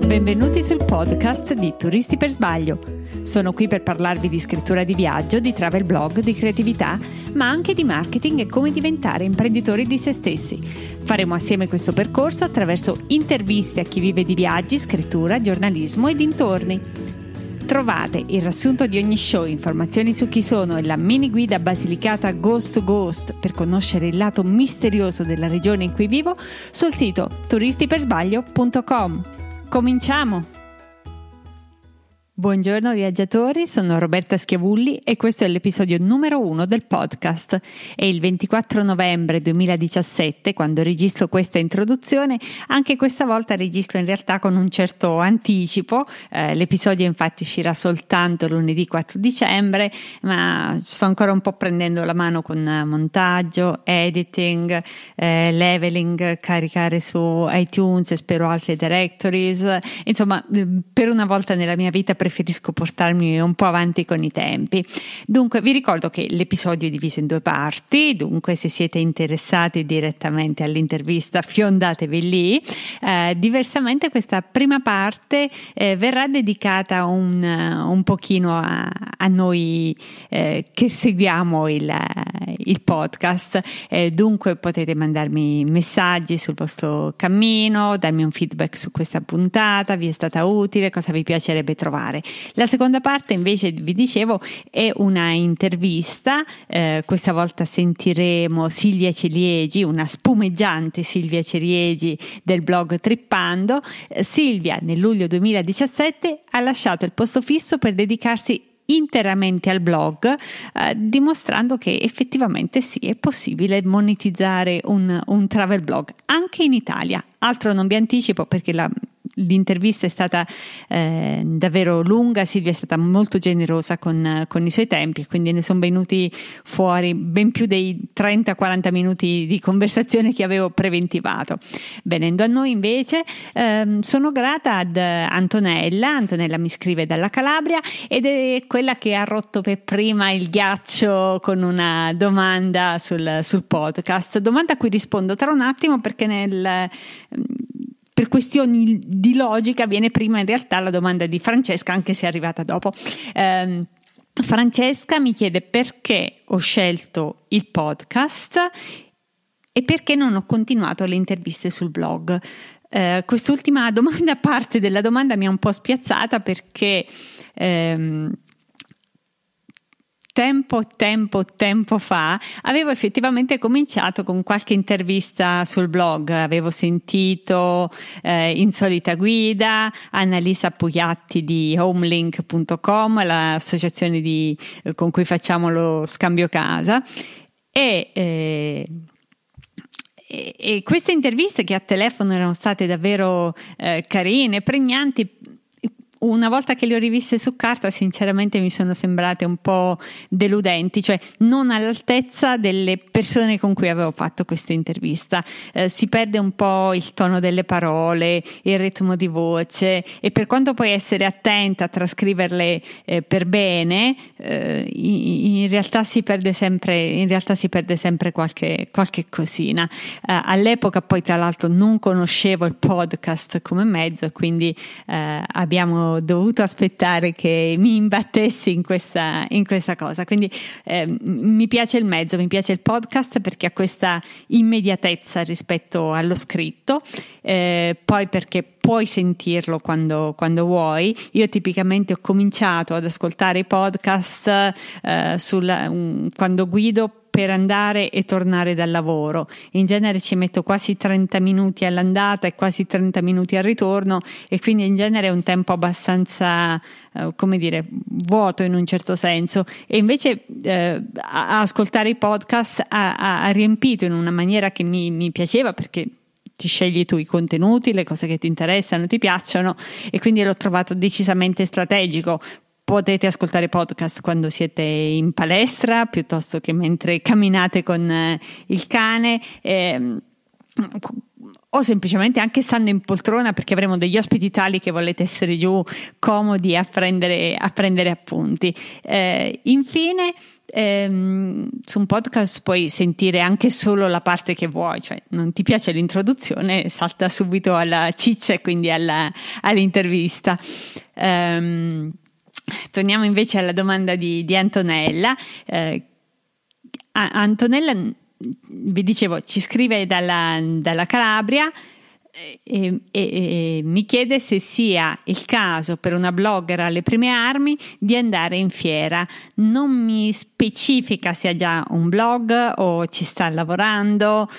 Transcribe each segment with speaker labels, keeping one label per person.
Speaker 1: Benvenuti sul podcast di Turisti per Sbaglio. Sono qui per parlarvi di scrittura di viaggio, di travel blog, di creatività, ma anche di marketing e come diventare imprenditori di se stessi. Faremo assieme questo percorso attraverso interviste a chi vive di viaggi, scrittura, giornalismo e dintorni. Trovate il riassunto di ogni show, informazioni su chi sono e la mini guida Basilicata Ghost to Ghost per conoscere il lato misterioso della regione in cui vivo sul sito turistipersbaglio.com. Cominciamo! Buongiorno viaggiatori, sono Roberta Schiavulli e questo è l'episodio numero 1 del podcast. È il 24 novembre 2017 quando registro questa introduzione, anche questa volta registro in realtà con un certo anticipo, l'episodio infatti uscirà soltanto lunedì 4 dicembre, ma sto ancora un po' prendendo la mano con montaggio, editing, leveling, caricare su iTunes e spero altre directories, insomma per una volta nella mia vita preferisco portarmi un po' avanti con i tempi. Dunque vi ricordo che l'episodio è diviso in 2 parti, dunque se siete interessati direttamente all'intervista fiondatevi lì. Diversamente questa prima parte verrà dedicata un pochino a noi che seguiamo il podcast, dunque potete mandarmi messaggi sul vostro cammino, darmi un feedback su questa puntata, vi è stata utile, cosa vi piacerebbe trovare. La seconda parte invece vi dicevo è una intervista, questa volta sentiremo Silvia Celiegi, una spumeggiante Silvia Celiegi del blog Trippando. Silvia nel luglio 2017 ha lasciato il posto fisso per dedicarsi interamente al blog, dimostrando che effettivamente sì, è possibile monetizzare un travel blog anche in Italia. Altro non vi anticipo perché l'intervista è stata davvero lunga, Silvia è stata molto generosa con i suoi tempi, quindi ne sono venuti fuori ben più dei 30-40 minuti di conversazione che avevo preventivato. Venendo a noi invece, sono grata ad Antonella mi scrive dalla Calabria ed è quella che ha rotto per prima il ghiaccio con una domanda sul podcast, domanda a cui rispondo tra un attimo perché per questioni di logica viene prima in realtà la domanda di Francesca, anche se è arrivata dopo. Francesca mi chiede perché ho scelto il podcast e perché non ho continuato le interviste sul blog. Quest'ultima domanda, parte della domanda, mi ha un po' spiazzata perché tempo fa avevo effettivamente cominciato con qualche intervista sul blog, avevo sentito Insolita Guida, Annalisa Pugliatti di homelink.com, l'associazione con cui facciamo lo scambio casa e queste interviste che a telefono erano state davvero carine, pregnanti. Una volta che le ho riviste su carta, sinceramente mi sono sembrate un po' deludenti, cioè non all'altezza delle persone con cui avevo fatto questa intervista. Si perde un po' il tono delle parole, il ritmo di voce e per quanto puoi essere attenta a trascriverle per bene, in realtà si perde sempre qualche cosina. All'epoca poi tra l'altro non conoscevo il podcast come mezzo, quindi abbiamo dovuto aspettare che mi imbattessi in questa cosa, quindi mi piace il mezzo, mi piace il podcast perché ha questa immediatezza rispetto allo scritto, poi perché puoi sentirlo quando vuoi. Io tipicamente ho cominciato ad ascoltare i podcast quando guido per andare e tornare dal lavoro. In genere ci metto quasi 30 minuti all'andata e quasi 30 minuti al ritorno e quindi in genere è un tempo abbastanza vuoto in un certo senso, e invece ascoltare i podcast ha riempito in una maniera che mi piaceva perché ti scegli tu i contenuti, le cose che ti interessano, ti piacciono, e quindi l'ho trovato decisamente strategico. Potete ascoltare podcast quando siete in palestra piuttosto che mentre camminate con il cane. o semplicemente anche stando in poltrona perché avremo degli ospiti tali che volete essere giù comodi a prendere appunti. Infine, su un podcast puoi sentire anche solo la parte che vuoi, cioè non ti piace l'introduzione, salta subito alla ciccia e quindi all'intervista. Torniamo invece alla domanda di Antonella. Antonella, vi dicevo, ci scrive dalla Calabria e mi chiede se sia il caso per una blogger alle prime armi di andare in fiera. Non mi specifica se ha già un blog o ci sta lavorando,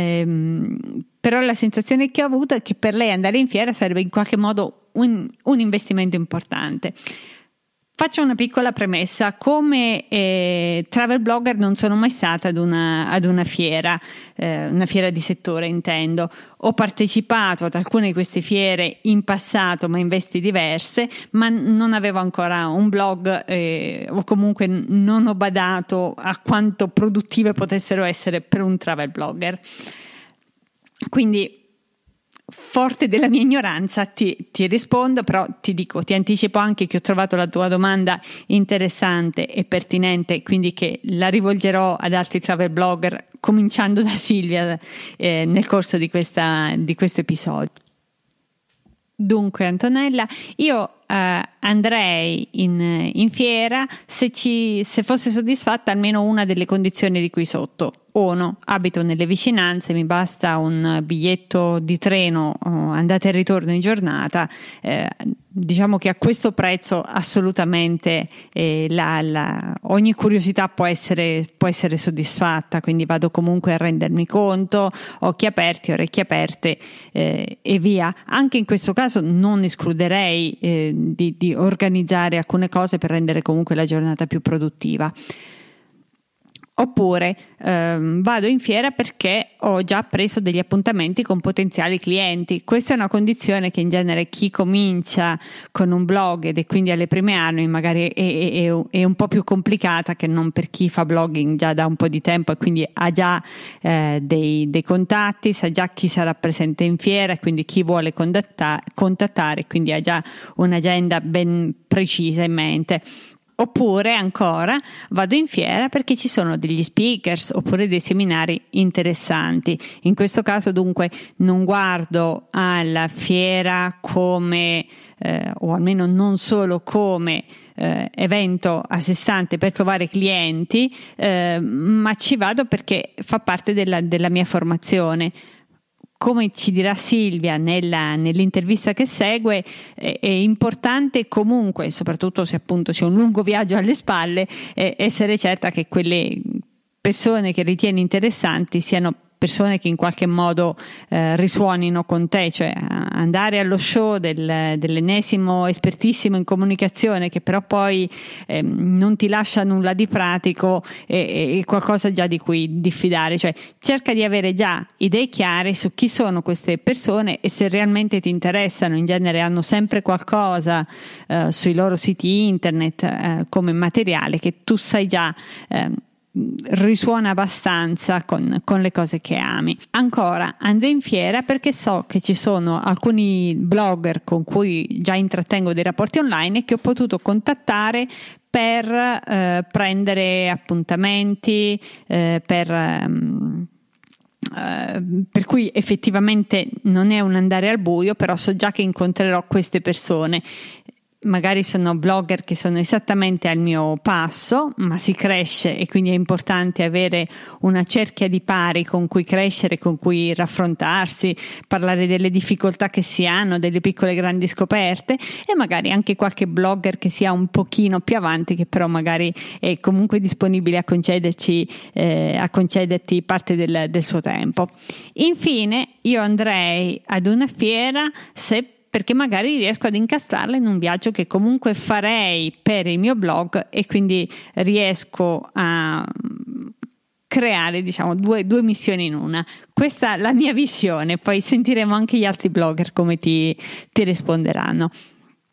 Speaker 1: però la sensazione che ho avuto è che per lei andare in fiera sarebbe in qualche modo un investimento importante. Faccio una piccola premessa: come travel blogger non sono mai stata ad una fiera di settore intendo. Ho partecipato ad alcune di queste fiere in passato ma in vesti diverse, ma non avevo ancora un blog o comunque non ho badato a quanto produttive potessero essere per un travel blogger. Quindi, forte della mia ignoranza ti rispondo, però ti anticipo anche che ho trovato la tua domanda interessante e pertinente, quindi che la rivolgerò ad altri travel blogger, cominciando da Silvia nel corso di questo episodio. Dunque, Antonella, io andrei in fiera se fosse soddisfatta almeno una delle condizioni di qui sotto. 1. Abito nelle vicinanze, mi basta un biglietto di treno andata e ritorno in giornata. Diciamo che a questo prezzo assolutamente ogni curiosità può essere soddisfatta, quindi vado comunque a rendermi conto, occhi aperti, orecchie aperte e via. Anche in questo caso non escluderei di organizzare alcune cose per rendere comunque la giornata più produttiva. Oppure vado in fiera perché ho già preso degli appuntamenti con potenziali clienti. Questa è una condizione che in genere chi comincia con un blog ed è quindi alle prime armi magari è un po' più complicata che non per chi fa blogging già da un po' di tempo e quindi ha già dei contatti, sa già chi sarà presente in fiera e quindi chi vuole contattare, quindi ha già un'agenda ben precisa in mente. Oppure ancora vado in fiera perché ci sono degli speakers oppure dei seminari interessanti. In questo caso dunque non guardo alla fiera come o almeno non solo come evento a sé stante per trovare clienti, ma ci vado perché fa parte della mia formazione. Come ci dirà Silvia nell'intervista che segue, è importante comunque, soprattutto se appunto c'è un lungo viaggio alle spalle, essere certa che quelle persone che ritieni interessanti siano persone che in qualche modo risuonino con te, cioè andare allo show dell'ennesimo espertissimo in comunicazione che però poi non ti lascia nulla di pratico e qualcosa già di cui diffidare, cioè cerca di avere già idee chiare su chi sono queste persone e se realmente ti interessano. In genere hanno sempre qualcosa sui loro siti internet come materiale che tu sai già risuona abbastanza con le cose che ami. Ancora ando in fiera perché so che ci sono alcuni blogger con cui già intrattengo dei rapporti online e che ho potuto contattare per prendere appuntamenti, per cui effettivamente non è un andare al buio, però so già che incontrerò queste persone. Magari sono blogger che sono esattamente al mio passo, ma si cresce e quindi è importante avere una cerchia di pari con cui crescere, con cui raffrontarsi, parlare delle difficoltà che si hanno, delle piccole e grandi scoperte, e magari anche qualche blogger che sia un pochino più avanti, che però magari è comunque disponibile a concederti parte del suo tempo. Infine, io andrei ad una fiera perché magari riesco ad incastarla in un viaggio che comunque farei per il mio blog e quindi riesco a creare, diciamo, due missioni in una. Questa è la mia visione, poi sentiremo anche gli altri blogger come ti risponderanno.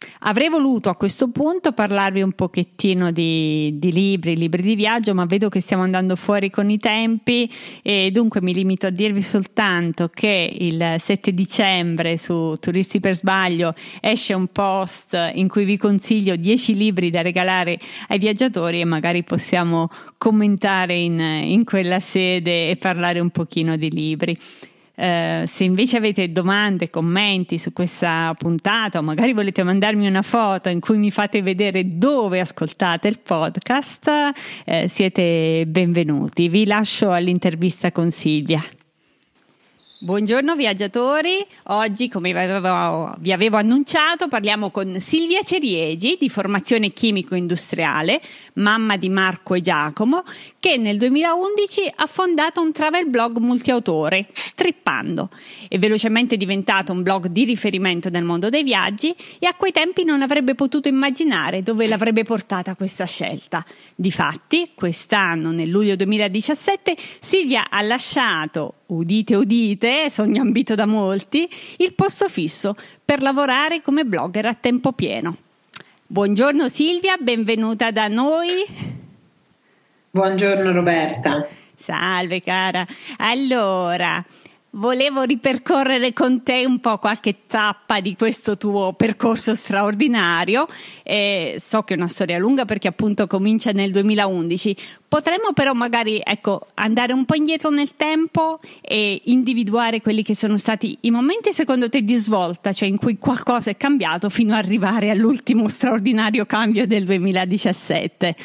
Speaker 1: Avrei voluto a questo punto parlarvi un pochettino di libri di viaggio, ma vedo che stiamo andando fuori con i tempi e dunque mi limito a dirvi soltanto che il 7 dicembre su Turisti per Sbaglio esce un post in cui vi consiglio 10 libri da regalare ai viaggiatori e magari possiamo commentare in quella sede e parlare un pochino di libri. Se invece avete domande, commenti su questa puntata o magari volete mandarmi una foto in cui mi fate vedere dove ascoltate il podcast, siete benvenuti. Vi lascio all'intervista con Silvia. Buongiorno viaggiatori, oggi come vi avevo annunciato parliamo con Silvia Ceriegi di formazione chimico-industriale, mamma di Marco e Giacomo, che nel 2011 ha fondato un travel blog multiautore, Trippando. È velocemente diventato un blog di riferimento nel mondo dei viaggi e a quei tempi non avrebbe potuto immaginare dove l'avrebbe portata questa scelta. Difatti, quest'anno, nel luglio 2017, Silvia ha lasciato, udite udite, sogno ambito da molti, il posto fisso per lavorare come blogger a tempo pieno. Buongiorno Silvia, benvenuta da noi.
Speaker 2: Buongiorno Roberta.
Speaker 1: Salve cara. Allora, volevo ripercorrere con te un po' qualche tappa di questo tuo percorso straordinario. So che è una storia lunga perché appunto comincia nel 2011. Potremmo però magari andare un po' indietro nel tempo e individuare quelli che sono stati i momenti secondo te di svolta, cioè in cui qualcosa è cambiato fino ad arrivare all'ultimo straordinario cambio del 2017.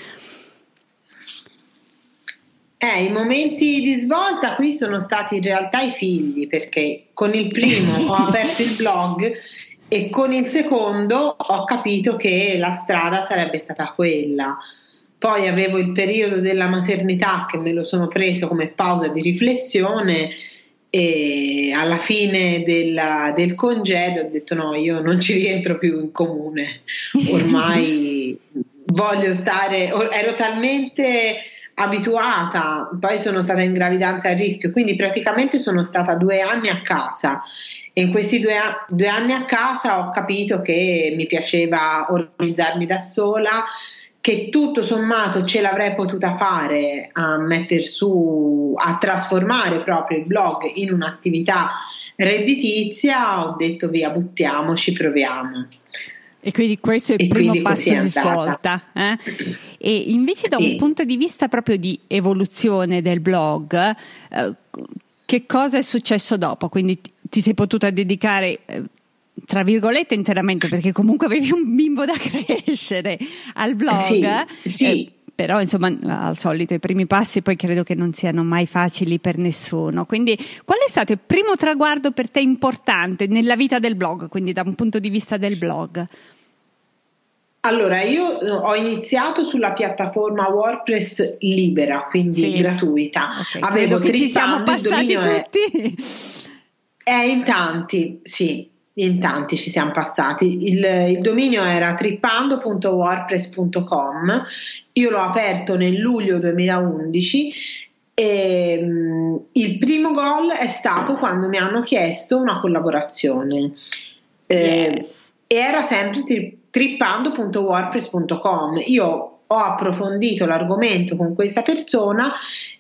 Speaker 2: I momenti di svolta qui sono stati in realtà i figli, perché con il primo ho aperto il blog e con il secondo ho capito che la strada sarebbe stata quella. Poi avevo il periodo della maternità che me lo sono preso come pausa di riflessione e alla fine del congedo ho detto no, io non ci rientro più in comune, ormai voglio stare, ero talmente abituata, poi sono stata in gravidanza a rischio, quindi praticamente sono stata 2 anni a casa e in questi 2 anni a casa ho capito che mi piaceva organizzarmi da sola, che tutto sommato ce l'avrei potuta fare a mettere su, a trasformare proprio il blog in un'attività redditizia. Ho detto via, buttiamoci, proviamo.
Speaker 1: E quindi questo è il primo passo di svolta. E invece da un punto di vista proprio di evoluzione del blog, che cosa è successo dopo? Quindi ti sei potuta dedicare, tra virgolette, interamente, perché comunque avevi un bimbo da crescere, al blog.
Speaker 2: Sì.
Speaker 1: Però insomma al solito i primi passi poi credo che non siano mai facili per nessuno, quindi qual è stato il primo traguardo per te importante nella vita del blog, quindi da un punto di vista del blog?
Speaker 2: Allora, io ho iniziato sulla piattaforma WordPress libera, quindi gratuita.
Speaker 1: Okay, avevo che ci siamo passati tutti.
Speaker 2: In tanti, sì. In tanti ci siamo passati. Il dominio era trippando.wordpress.com. Io l'ho aperto nel luglio 2011 e il primo goal è stato quando mi hanno chiesto una collaborazione. E era sempre trippando.wordpress.com. Io ho approfondito l'argomento con questa persona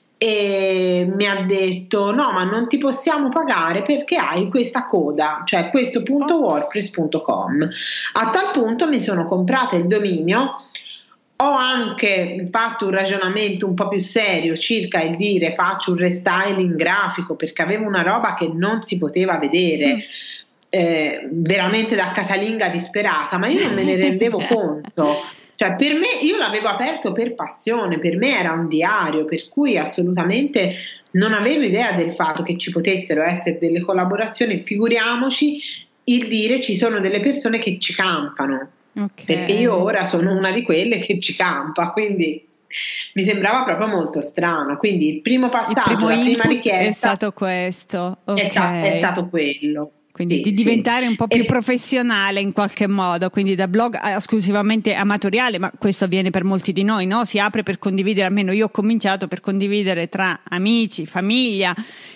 Speaker 2: e mi ha detto no, ma non ti possiamo pagare perché hai questa coda, cioè questo .wordpress.com. A tal punto mi sono comprata il dominio. Ho anche fatto un ragionamento un po' più serio circa il dire faccio un restyling grafico, perché avevo una roba che non si poteva vedere, veramente da casalinga disperata, ma io non me ne rendevo conto. Cioè, per me, io l'avevo aperto per passione, per me era un diario, per cui assolutamente non avevo idea del fatto che ci potessero essere delle collaborazioni. Figuriamoci il dire ci sono delle persone che ci campano, perché io ora sono una di quelle che ci campa, quindi mi sembrava proprio molto strano. Quindi il primo passaggio, la prima richiesta
Speaker 1: è stato questo,
Speaker 2: è stato quello.
Speaker 1: Quindi di diventare un po' più professionale in qualche modo, quindi da blog esclusivamente amatoriale, ma questo avviene per molti di noi, no? Si apre per condividere, almeno io ho cominciato per condividere tra amici, famiglia,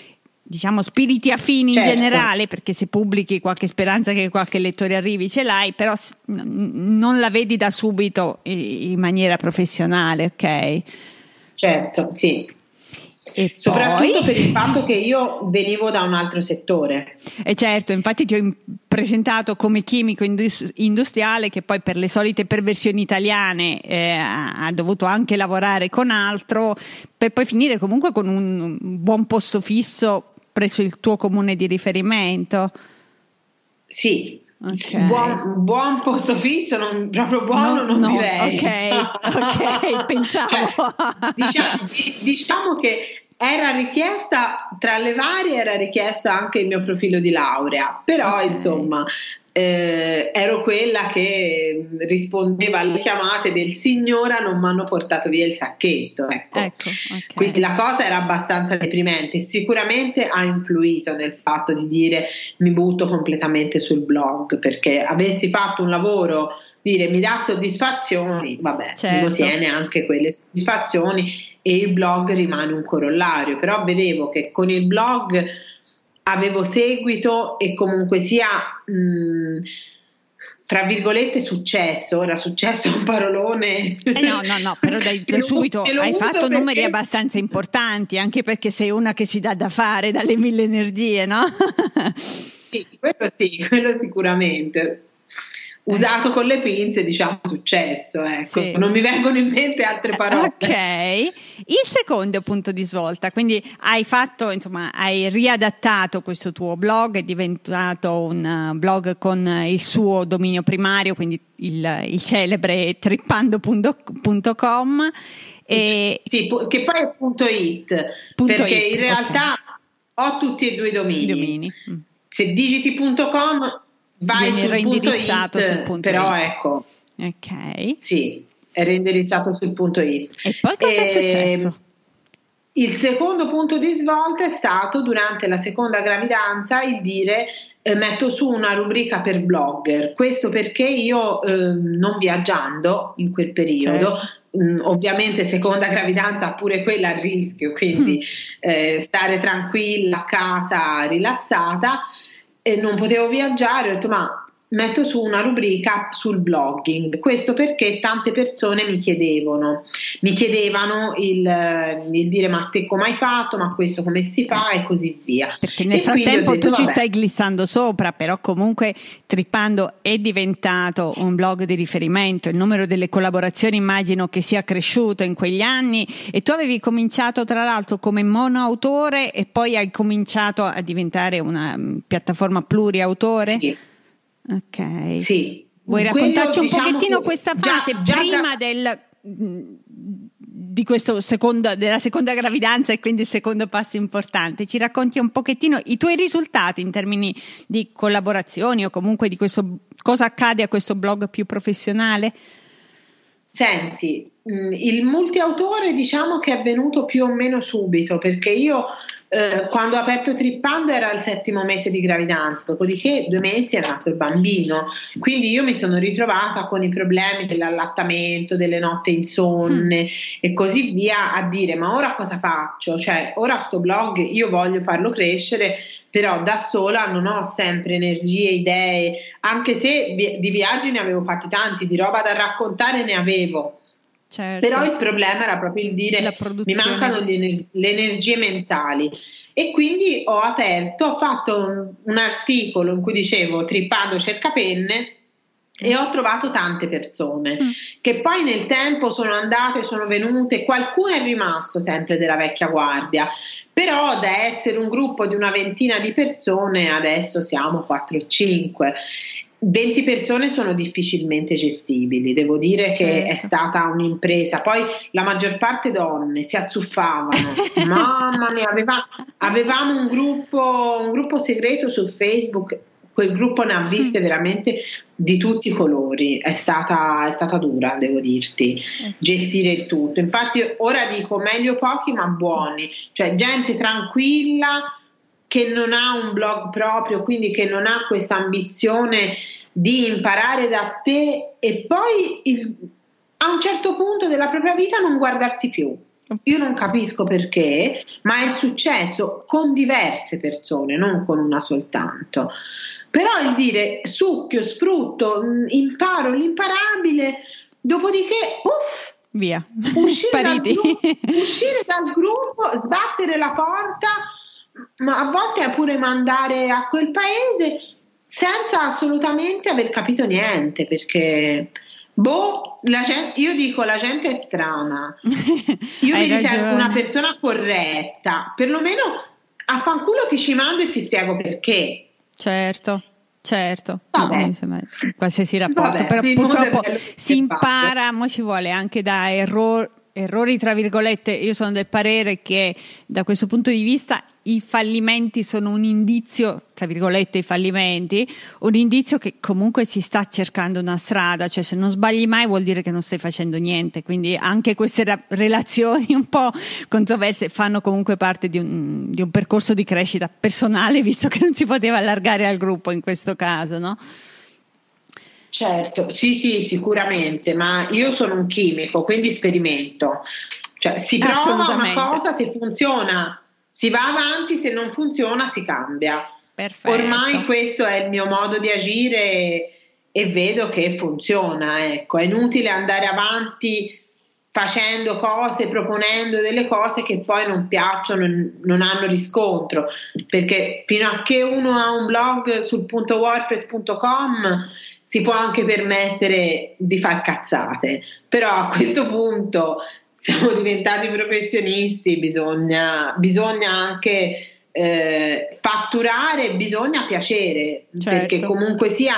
Speaker 1: diciamo spiriti affini in
Speaker 2: certo.
Speaker 1: generale, perché se pubblichi qualche speranza che qualche lettore arrivi ce l'hai, però non la vedi da subito in maniera professionale, ok?
Speaker 2: Certo, sì.
Speaker 1: E
Speaker 2: soprattutto
Speaker 1: poi...
Speaker 2: per il fatto che io venivo da un altro settore.
Speaker 1: E certo, infatti ti ho presentato come chimico industriale che poi per le solite perversioni italiane ha dovuto anche lavorare con altro, per poi finire comunque con un buon posto fisso presso il tuo comune di riferimento.
Speaker 2: Sì,
Speaker 1: okay.
Speaker 2: buon posto fisso, proprio buono non direi.
Speaker 1: Ok, pensavo.
Speaker 2: Diciamo che era richiesta, tra le varie era richiesta anche il mio profilo di laurea, però insomma ero quella che rispondeva alle chiamate del signora non mi hanno portato via il sacchetto, ecco. Quindi la cosa era abbastanza deprimente, sicuramente ha influito nel fatto di dire mi butto completamente sul blog, perché avessi fatto un lavoro, dire mi dà soddisfazioni, vabbè,
Speaker 1: certo.
Speaker 2: uno tiene anche quelle soddisfazioni e il blog rimane un corollario, però vedevo che con il blog avevo seguito e comunque sia tra virgolette successo. Ora successo è un parolone
Speaker 1: no, però da subito hai fatto numeri abbastanza importanti, anche perché sei una che si dà da fare dalle 1000 energie, no?
Speaker 2: Sì, quello sicuramente. Usato con le pinze, diciamo successo, ecco. Sì, non mi vengono in mente altre parole.
Speaker 1: Ok, il secondo punto di svolta, quindi hai riadattato questo tuo blog, è diventato un blog con il suo dominio primario, quindi il celebre trippando.com
Speaker 2: sì, che poi è .it, perché in realtà ho tutti e due i domini. Se digiti.com vai
Speaker 1: viene reindirizzato sul punto
Speaker 2: però
Speaker 1: it.
Speaker 2: Ecco,
Speaker 1: ok,
Speaker 2: sì, è reindirizzato sul punto it.
Speaker 1: E poi cosa è successo?
Speaker 2: Il secondo punto di svolta è stato durante la seconda gravidanza il dire metto su una rubrica per blogger, questo perché io non viaggiando in quel periodo, ovviamente seconda gravidanza pure quella a rischio, quindi stare tranquilla a casa rilassata, e non potevo viaggiare, ho detto ma metto su una rubrica sul blogging, questo perché tante persone mi chiedevano il dire ma te come hai fatto, ma questo come si fa e così via,
Speaker 1: perché nel frattempo tu ci stai glissando sopra, però comunque Trippando è diventato un blog di riferimento, il numero delle collaborazioni immagino che sia cresciuto in quegli anni, e tu avevi cominciato tra l'altro come monoautore e poi hai cominciato a diventare una piattaforma pluriautore?
Speaker 2: Sì.
Speaker 1: Ok.
Speaker 2: Sì.
Speaker 1: Vuoi raccontarci un pochettino questa fase prima della seconda gravidanza e quindi il secondo passo importante? Ci racconti un pochettino i tuoi risultati in termini di collaborazioni o comunque di cosa accade a questo blog più professionale?
Speaker 2: Senti, il multiautore diciamo che è venuto più o meno subito, perché io quando ho aperto Trippando era il 7° mese di gravidanza, dopodiché 2 mesi è nato il bambino, quindi io mi sono ritrovata con i problemi dell'allattamento, delle notti insonne e così via, a dire ma ora cosa faccio? Cioè ora sto blog io voglio farlo crescere, però da sola non ho sempre energie, idee, anche se di viaggi ne avevo fatti tanti, di roba da raccontare ne avevo. Certo. Però il problema era proprio il dire mi mancano le energie mentali, e quindi ho fatto un articolo in cui dicevo Trippando cerca penne, e ho trovato tante persone che poi nel tempo sono andate, sono venute, qualcuno è rimasto sempre della vecchia guardia, però da essere un gruppo di una ventina di persone adesso siamo 4 o 5. 20 persone sono difficilmente gestibili, devo dire che è stata un'impresa, poi la maggior parte donne si azzuffavano, mamma mia, avevamo un gruppo segreto su Facebook, quel gruppo ne ha viste veramente di tutti i colori, è stata dura, devo dirti, gestire il tutto, infatti ora dico meglio pochi ma buoni, cioè gente tranquilla che non ha un blog proprio, quindi che non ha questa ambizione di imparare da te e poi a un certo punto della propria vita non guardarti più. Io non capisco perché, ma è successo con diverse persone, non con una soltanto. Però il dire succhio, sfrutto, imparo l'imparabile, dopodiché
Speaker 1: via,
Speaker 2: uscire dal gruppo, sbattere la porta, ma a volte pure mandare a quel paese senza assolutamente aver capito niente, perché io dico la gente è strana. Io mi ritengo una persona corretta, perlomeno a fanculo ti ci mando e ti spiego perché.
Speaker 1: Certo.
Speaker 2: Vabbè.
Speaker 1: Qualsiasi rapporto.
Speaker 2: Vabbè,
Speaker 1: però purtroppo si impara, ma ci vuole anche da errori tra virgolette. Io sono del parere che da questo punto di vista i fallimenti sono un indizio, tra virgolette, un indizio che comunque si sta cercando una strada, cioè se non sbagli mai vuol dire che non stai facendo niente, quindi anche queste relazioni un po' controverse fanno comunque parte di un percorso di crescita personale, visto che non si poteva allargare al gruppo in questo caso, no?
Speaker 2: Certo, sì, sicuramente, ma io sono un chimico, quindi sperimento, cioè si prova una cosa, se funziona si va avanti, se non funziona si cambia.
Speaker 1: Perfetto.
Speaker 2: Ormai questo è il mio modo di agire e vedo che funziona, ecco. È inutile andare avanti facendo cose, proponendo delle cose che poi non piacciono, non hanno riscontro, perché fino a che uno ha un blog sul .wordpress.com si può anche permettere di far cazzate, però a questo punto siamo diventati professionisti, bisogna anche fatturare, bisogna piacere, certo. Perché comunque sia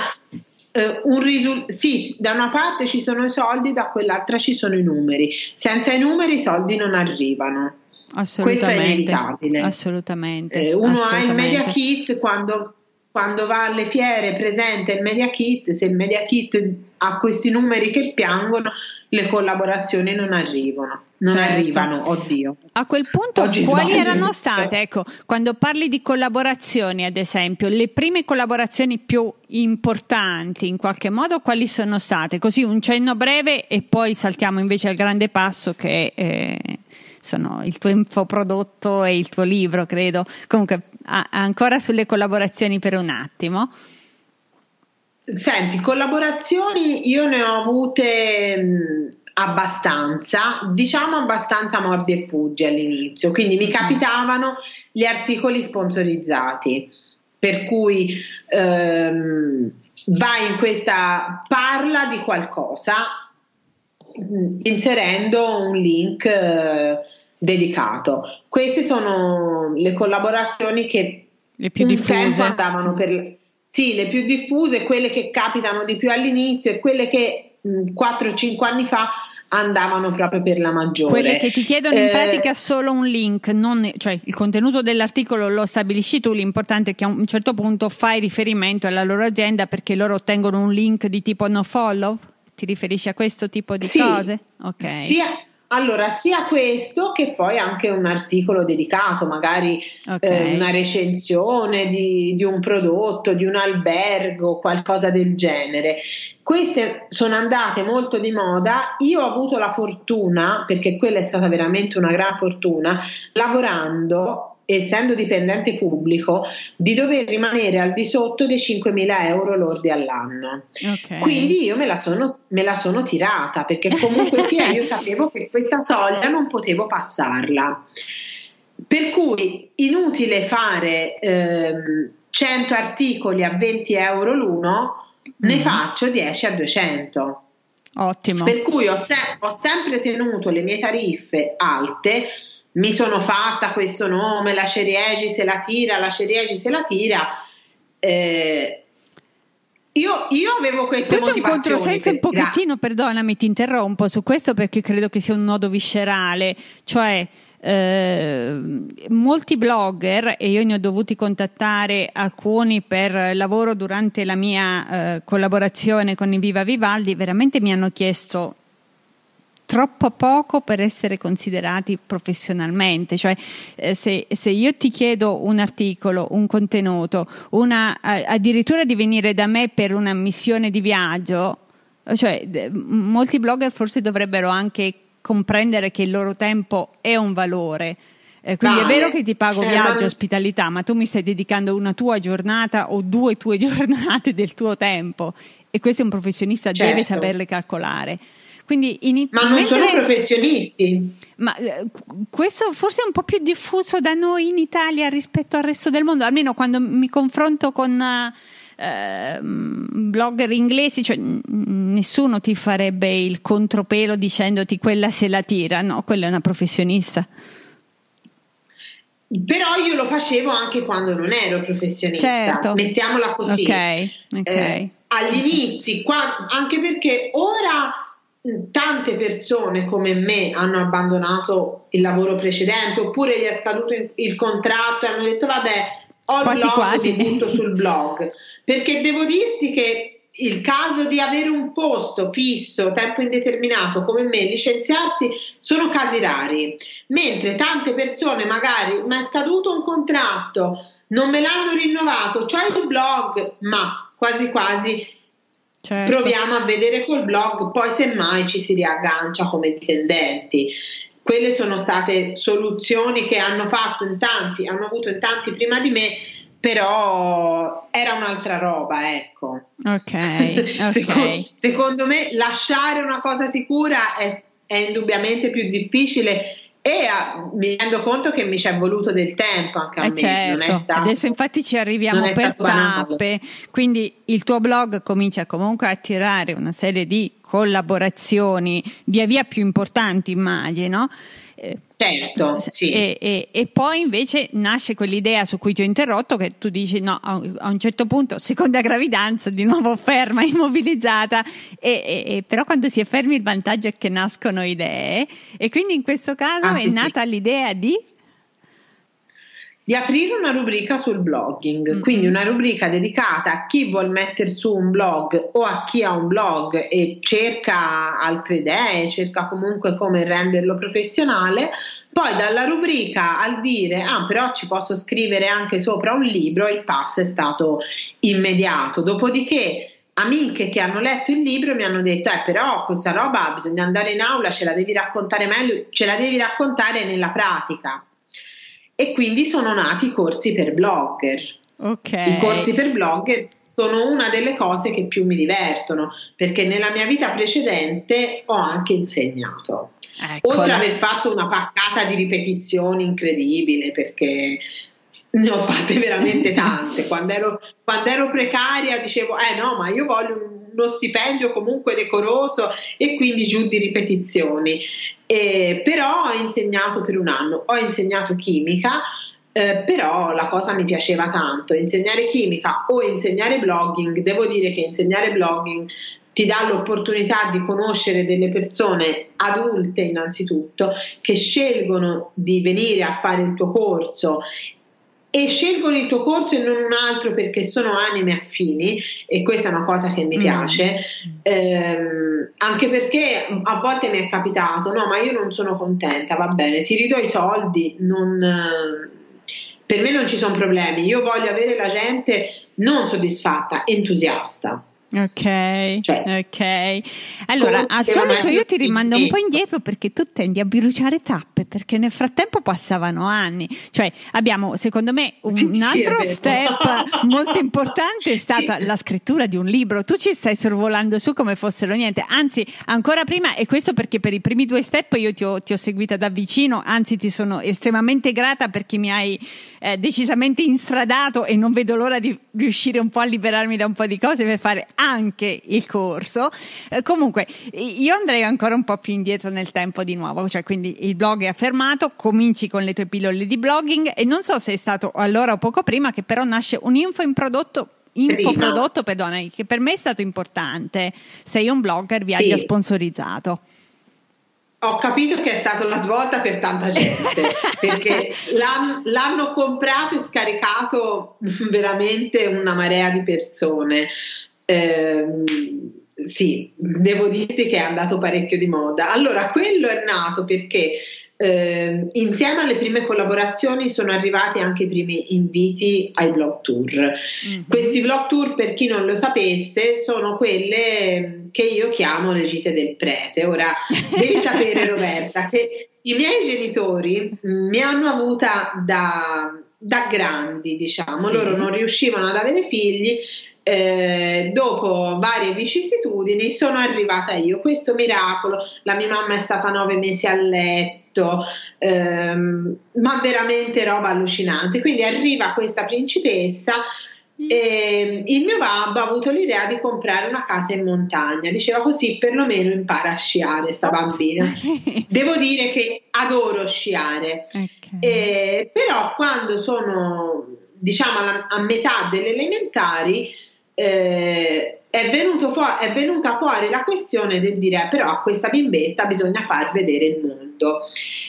Speaker 2: sì, da una parte ci sono i soldi, da quell'altra ci sono i numeri. Senza i numeri i soldi non arrivano. Questo è inevitabile.
Speaker 1: Assolutamente.
Speaker 2: Uno ha il Media Kit quando va alle fiere, presenta il Media Kit, se il Media Kit ha questi numeri che piangono, le collaborazioni non arrivano. Arrivano, oddio.
Speaker 1: A quel punto oggi quali erano state, ecco, quando parli di collaborazioni, ad esempio, le prime collaborazioni più importanti in qualche modo, quali sono state? Così un cenno breve e poi saltiamo invece al grande passo che sono il tuo infoprodotto e il tuo libro, credo. Comunque ancora sulle collaborazioni per un attimo.
Speaker 2: Senti, collaborazioni io ne ho avute abbastanza mordi e fuggi all'inizio, quindi mi capitavano gli articoli sponsorizzati, per cui vai in questa, parla di qualcosa inserendo un link dedicato. Queste sono le collaborazioni che
Speaker 1: le più diffuse
Speaker 2: tempo andavano le più diffuse, quelle che capitano di più all'inizio e quelle che 4-5 anni fa andavano proprio per la maggiore.
Speaker 1: Quelle che ti chiedono in pratica solo un link, cioè il contenuto dell'articolo lo stabilisci tu, l'importante è che a un certo punto fai riferimento alla loro azienda perché loro ottengono un link di tipo no follow? Ti riferisci a questo tipo di cose? Ok.
Speaker 2: Sia questo che poi anche un articolo dedicato, magari una recensione di un prodotto, di un albergo, qualcosa del genere. Queste sono andate molto di moda. Io ho avuto la fortuna, perché quella è stata veramente una gran fortuna, lavorando, essendo dipendente pubblico, di dover rimanere al di sotto dei 5.000 euro lordi all'anno. Quindi io me la sono tirata, perché comunque sia io sapevo che questa soglia non potevo passarla, per cui inutile fare 100 articoli a 20 euro l'uno, ne faccio 10 a 200.
Speaker 1: Ottimo.
Speaker 2: Per cui ho sempre tenuto le mie tariffe alte. Mi sono fatta questo nome, la Ceriegi se la tira. Io avevo queste motivazioni.
Speaker 1: Questo è un controsenso un pochettino, perdonami, ti interrompo su questo perché credo che sia un nodo viscerale, cioè molti blogger, e io ne ho dovuti contattare alcuni per lavoro durante la mia collaborazione con il Viva Vivaldi, veramente mi hanno chiesto troppo poco per essere considerati professionalmente, cioè se io ti chiedo un articolo, un contenuto, addirittura di venire da me per una missione di viaggio, cioè molti blogger forse dovrebbero anche comprendere che il loro tempo è un valore. Quindi vale. È vero che ti pago viaggio, ospitalità, ma tu mi stai dedicando una tua giornata o 2 tue giornate del tuo tempo, e questo un professionista deve saperle calcolare. Quindi
Speaker 2: ma non sono professionisti.
Speaker 1: Ma questo forse è un po' più diffuso da noi in Italia rispetto al resto del mondo, almeno quando mi confronto con blogger inglesi, cioè nessuno ti farebbe il contropelo dicendoti quella se la tira, no, quella è una professionista.
Speaker 2: Però io lo facevo anche quando non ero professionista,
Speaker 1: certo.
Speaker 2: Mettiamola così.
Speaker 1: Okay.
Speaker 2: Agli inizi, anche perché ora tante persone come me hanno abbandonato il lavoro precedente, oppure gli è scaduto il contratto e hanno detto vabbè, ho il blog, mi butto sul blog, perché devo dirti che il caso di avere un posto fisso, tempo indeterminato come me, licenziarsi, sono casi rari, mentre tante persone magari mi è scaduto un contratto, non me l'hanno rinnovato, c'ho il blog, ma quasi quasi certo. Proviamo a vedere col blog, poi semmai ci si riaggancia come dipendenti. Quelle sono state soluzioni che hanno avuto in tanti prima di me, però era un'altra roba, ecco.
Speaker 1: Ok.
Speaker 2: Secondo me lasciare una cosa sicura è indubbiamente più difficile, e mi rendo conto che mi ci è voluto del tempo anche a me.
Speaker 1: Certo.
Speaker 2: Non è stato,
Speaker 1: adesso infatti ci arriviamo per tappe, quindi il tuo blog comincia comunque a attirare una serie di collaborazioni via via più importanti, immagino.
Speaker 2: Certo, sì.
Speaker 1: E poi invece nasce quell'idea su cui ti ho interrotto, che tu dici no, a un certo punto, seconda gravidanza, di nuovo ferma, immobilizzata, però quando si è fermi il vantaggio è che nascono idee, e quindi in questo caso è nata l'idea di
Speaker 2: aprire una rubrica sul blogging, quindi una rubrica dedicata a chi vuol mettere su un blog o a chi ha un blog e cerca altre idee, cerca comunque come renderlo professionale. Poi dalla rubrica al dire però ci posso scrivere anche sopra un libro, il passo è stato immediato. Dopodiché amiche che hanno letto il libro mi hanno detto però questa roba bisogna andare in aula, ce la devi raccontare meglio, ce la devi raccontare nella pratica. E quindi sono nati i corsi per blogger. I corsi per blogger sono una delle cose che più mi divertono, perché nella mia vita precedente ho anche insegnato. Eccola. Oltre ad aver fatto una paccata di ripetizioni incredibile, perché ne ho fatte veramente tante. Quando ero precaria dicevo no, ma io voglio uno stipendio comunque decoroso, e quindi giù di ripetizioni. Però ho insegnato per un anno, ho insegnato chimica, però la cosa mi piaceva tanto, insegnare chimica o insegnare blogging. Devo dire che insegnare blogging ti dà l'opportunità di conoscere delle persone adulte innanzitutto, che scelgono di venire a fare il tuo corso, e scelgono il tuo corso e non un altro perché sono anime affini, e questa è una cosa che mi piace, anche perché a volte mi è capitato no, ma io non sono contenta, va bene, ti ridò i soldi, per me non ci sono problemi, io voglio avere la gente non soddisfatta, entusiasta.
Speaker 1: Ok. Allora, al solito io ti rimando un po' indietro, perché tu tendi a bruciare tappe, perché nel frattempo passavano anni. Cioè abbiamo, secondo me, un altro step molto importante è stata la scrittura di un libro. Tu ci stai sorvolando su come fossero niente, anzi ancora prima, e questo perché per i primi 2 step io ti ho seguita da vicino, anzi ti sono estremamente grata perché mi hai decisamente instradato, e non vedo l'ora di riuscire un po' a liberarmi da un po' di cose per fare anche il corso. Comunque io andrei ancora un po' più indietro nel tempo di nuovo, cioè quindi il blog è affermato, cominci con le tue pillole di blogging, e non so se è stato allora o poco prima che però nasce un infoprodotto, perdonami, che per me è stato importante. Sei un blogger viaggia sponsorizzato.
Speaker 2: Ho capito che è stata la svolta per tanta gente, perché l'hanno comprato e scaricato veramente una marea di persone. Sì, devo dirti che è andato parecchio di moda. Allora, quello è nato perché insieme alle prime collaborazioni sono arrivati anche i primi inviti ai blog tour. Questi blog tour, per chi non lo sapesse, sono quelle che io chiamo le gite del prete. Ora devi sapere, Roberta, che i miei genitori mi hanno avuta da grandi, diciamo. Sì. Loro non riuscivano ad avere figli. Dopo varie vicissitudini sono arrivata io, questo miracolo. La mia mamma è stata 9 mesi a letto, ma veramente roba allucinante. Quindi arriva questa principessa e il mio babbo ha avuto l'idea di comprare una casa in montagna. Diceva, così perlomeno impara a sciare sta bambina. Devo dire che adoro sciare, okay. Però quando sono, diciamo, a metà delle elementari, è venuta fuori la questione del dire, però a questa bimbetta bisogna far vedere il mondo.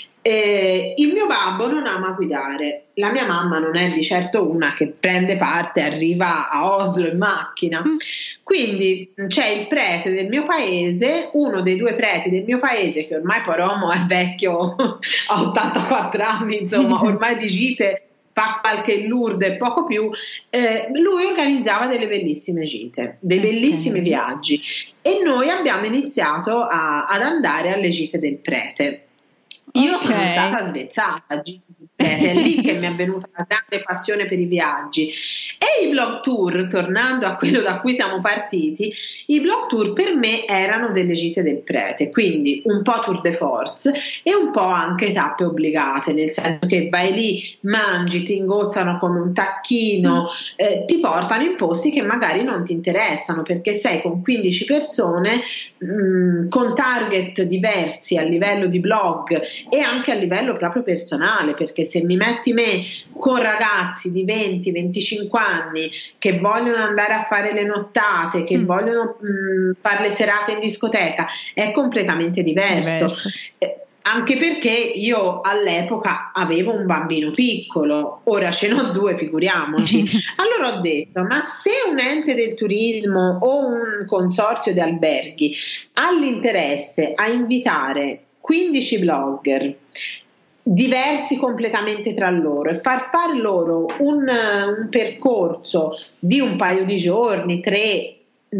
Speaker 2: Il mio babbo non ama guidare, la mia mamma non è di certo una che prende parte e arriva a Oslo in macchina, quindi c'è il prete del mio paese, uno dei 2 preti del mio paese, che ormai Poromo è vecchio, ha 84 anni, insomma, ormai di gite fa qualche Lourdes e poco più. Lui organizzava delle bellissime gite, dei bellissimi viaggi, e noi abbiamo iniziato ad andare alle gite del prete. Io sono stata svezzata, è lì che mi è venuta una grande passione per i viaggi. E i blog tour, tornando a quello da cui siamo partiti, i blog tour per me erano delle gite del prete, quindi un po' tour de force e un po' anche tappe obbligate, nel senso che vai lì, mangi, ti ingozzano come un tacchino, ti portano in posti che magari non ti interessano, perché sei con 15 persone, con target diversi a livello di blog e anche a livello proprio personale, perché se mi metti me con ragazzi di 20-25 anni che vogliono andare a fare le nottate, che vogliono fare le serate in discoteca, è completamente diverso. Anche perché io all'epoca avevo un bambino piccolo, ora ce n'ho 2, figuriamoci. Allora ho detto, ma se un ente del turismo o un consorzio di alberghi ha l'interesse a invitare 15 blogger diversi completamente tra loro e far fare loro un percorso di un paio di giorni, 3,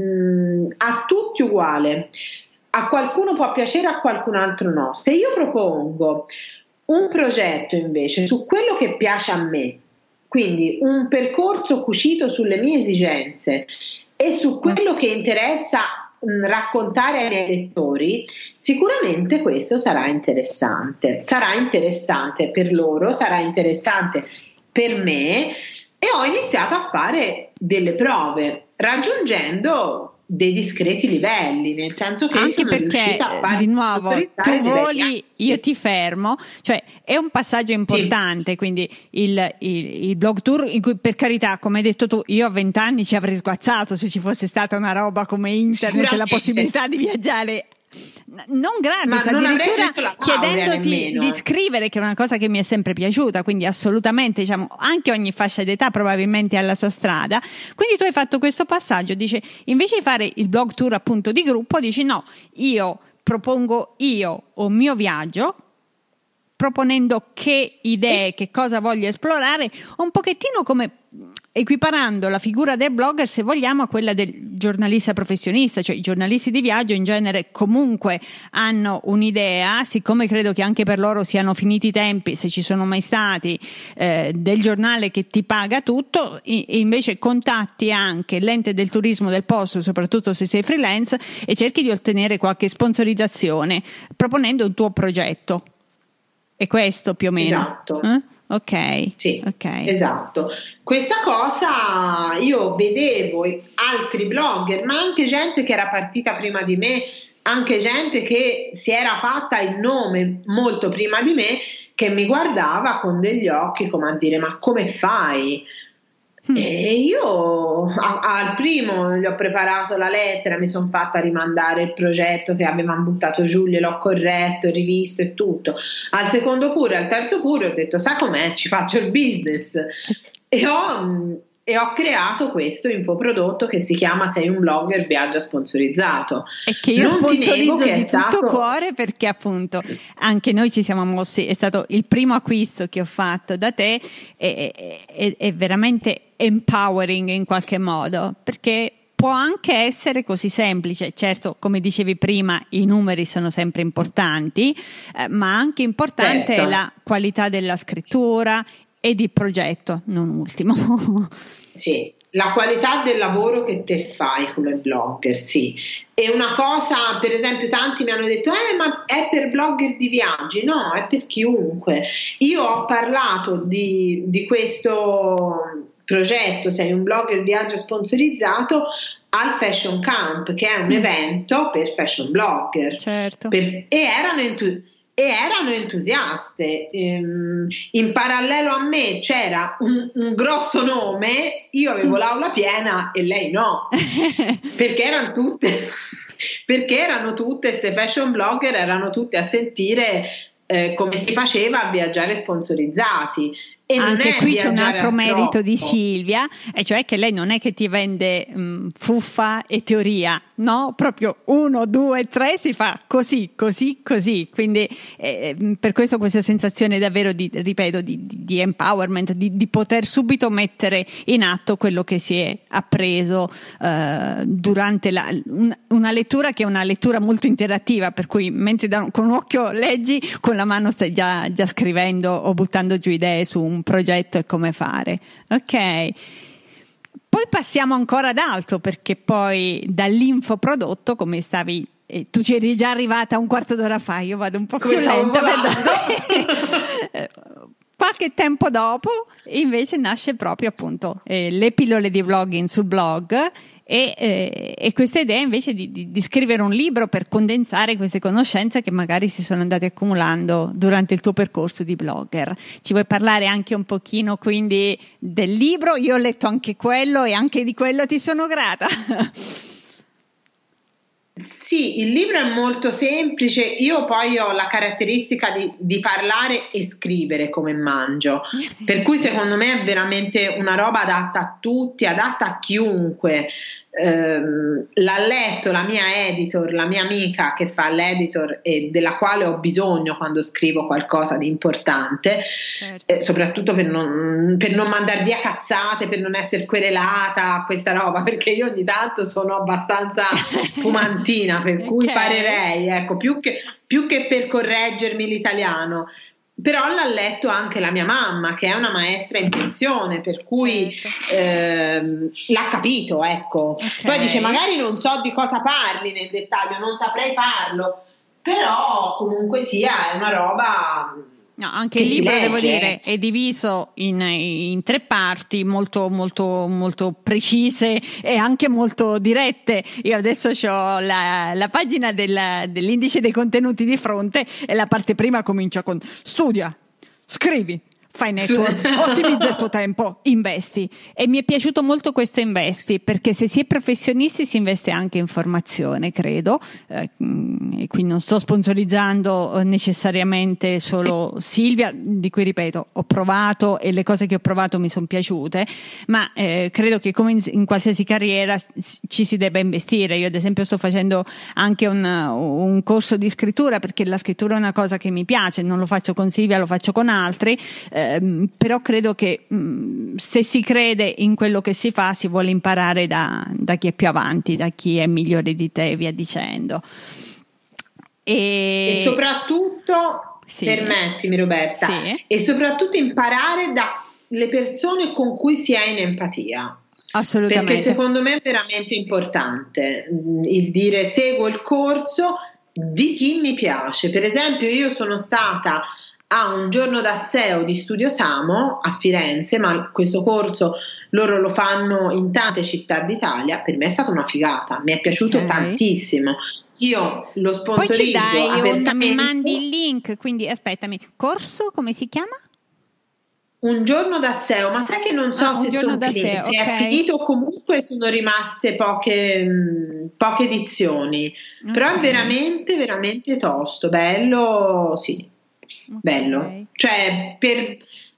Speaker 2: a tutti uguale, a qualcuno può piacere, a qualcun altro no. Se io propongo un progetto invece su quello che piace a me, quindi un percorso cucito sulle mie esigenze e su quello che interessa raccontare ai miei lettori, sicuramente questo sarà interessante per loro, sarà interessante per me, e ho iniziato a fare delle prove raggiungendo dei discreti livelli, nel senso che
Speaker 1: anche
Speaker 2: sono riuscita a fare,
Speaker 1: di nuovo tu voli, io ti fermo, cioè è un passaggio importante. Sì. Quindi il blog tour, in cui, per carità, come hai detto tu, io a 20 anni ci avrei sguazzato se ci fosse stata una roba come internet e la possibilità di viaggiare non gratis, addirittura chiedendoti di scrivere, che è una cosa che mi è sempre piaciuta, quindi assolutamente, diciamo, anche ogni fascia d'età probabilmente ha la sua strada. Quindi tu hai fatto questo passaggio, dice, invece di fare il blog tour appunto di gruppo, dici no, io propongo un mio viaggio, proponendo che idee, che cosa voglio esplorare, un pochettino come equiparando la figura del blogger, se vogliamo, a quella del giornalista professionista. Cioè i giornalisti di viaggio in genere comunque hanno un'idea, siccome credo che anche per loro siano finiti i tempi, se ci sono mai stati, del giornale che ti paga tutto, e invece contatti anche l'ente del turismo del posto, soprattutto se sei freelance, e cerchi di ottenere qualche sponsorizzazione proponendo un tuo progetto. È questo più o meno?
Speaker 2: Esatto.
Speaker 1: Ok.
Speaker 2: Sì,
Speaker 1: okay.
Speaker 2: Esatto. Questa cosa io vedevo altri blogger, ma anche gente che era partita prima di me, anche gente che si era fatta il nome molto prima di me, che mi guardava con degli occhi come a dire: ma come fai? E io al primo gli ho preparato la lettera, mi sono fatta rimandare il progetto che avevamo buttato giù, gliel'ho corretto, rivisto e tutto. Al secondo pure, al terzo pure ho detto: sai com'è, ci faccio il business. E e ho creato questo infoprodotto che si chiama Sei un blogger viaggia sponsorizzato,
Speaker 1: e che io
Speaker 2: non
Speaker 1: sponsorizzo di
Speaker 2: stato...
Speaker 1: tutto cuore, perché appunto anche noi ci siamo mossi, è stato il primo acquisto che ho fatto da te, è veramente empowering in qualche modo, perché può anche essere così semplice. Certo, come dicevi prima, i numeri sono sempre importanti, ma anche importante è la qualità della scrittura e di progetto, non ultimo.
Speaker 2: Sì, la qualità del lavoro che te fai come blogger, sì. E una cosa, per esempio, tanti mi hanno detto ma è per blogger di viaggi. No, è per chiunque. Io ho parlato di questo progetto Sei un blogger viaggio sponsorizzato al Fashion Camp, che è un evento per fashion blogger.
Speaker 1: Certo.
Speaker 2: E erano entusiaste. In parallelo a me c'era un grosso nome, io avevo l'aula piena e lei no, perché erano tutte ste fashion blogger, erano tutte a sentire come si faceva a viaggiare sponsorizzati. E
Speaker 1: anche qui c'è un altro merito di Silvia, e cioè che lei non è che ti vende fuffa e teoria, no? Proprio 1, 2, 3 si fa così, quindi per questo questa sensazione davvero ripeto, di empowerment, di poter subito mettere in atto quello che si è appreso durante una lettura che è una lettura molto interattiva, per cui mentre con un occhio leggi, con la mano stai già scrivendo o buttando giù idee su un progetto e come fare. Ok, poi passiamo ancora ad altro, perché poi dall'infoprodotto, come stavi, tu ci eri già arrivata un quarto d'ora fa, io vado un po' più lenta. Qualche tempo dopo invece nasce proprio appunto le pillole di blogging sul blog, e questa idea invece di scrivere un libro per condensare queste conoscenze che magari si sono andate accumulando durante il tuo percorso di blogger. Ci vuoi parlare anche un pochino quindi del libro? Io ho letto anche quello e anche di quello ti sono grata.
Speaker 2: Sì, il libro è molto semplice. Io poi ho la caratteristica di parlare e scrivere come mangio, per cui secondo me è veramente una roba adatta a tutti, adatta a chiunque. L'ha letto la mia editor, la mia amica che fa l'editor e della quale ho bisogno quando scrivo qualcosa di importante, certo. Soprattutto per non mandare via cazzate, per non essere querelata a questa roba, perché io ogni tanto sono abbastanza fumantina, per cui parerei, ecco, più che per correggermi l'italiano. Però l'ha letto anche la mia mamma, che è una maestra in pensione, per cui l'ha capito, ecco. Poi dice magari non so di cosa parli nel dettaglio, non saprei farlo, però comunque sia è una roba...
Speaker 1: No, anche il libro, devo dire, è diviso in 3 parti molto, molto, molto precise e anche molto dirette. Io adesso ho la pagina dell'indice dei contenuti di fronte, e la parte prima comincia con studia, scrivi, fai network, ottimizza il tuo tempo, investi. E mi è piaciuto molto questo investi, perché se si è professionisti si investe anche in formazione, credo, e qui non sto sponsorizzando necessariamente solo Silvia, di cui ripeto ho provato e le cose che ho provato mi sono piaciute, ma credo che come in qualsiasi carriera ci si debba investire. Io ad esempio sto facendo anche un corso di scrittura, perché la scrittura è una cosa che mi piace, non lo faccio con Silvia, lo faccio con altri, però credo che se si crede in quello che si fa, si vuole imparare da chi è più avanti, da chi è migliore di te, via dicendo. E
Speaker 2: soprattutto, permettimi Roberta, e soprattutto imparare dalle persone con cui si è in empatia.
Speaker 1: Assolutamente.
Speaker 2: Perché secondo me è veramente importante il dire seguo il corso di chi mi piace. Per esempio io sono stata a un giorno da SEO di Studio Samo a Firenze, ma questo corso loro lo fanno in tante città d'Italia. Per me è stata una figata, mi è piaciuto tantissimo. Io lo sponsorizzo.
Speaker 1: Poi mi mandi il link, quindi aspettami, corso come si chiama?
Speaker 2: Un giorno da SEO, ma sai che non so se sono finite, se è finito o comunque sono rimaste poche edizioni, però è veramente veramente tosto, bello, sì. Bello, cioè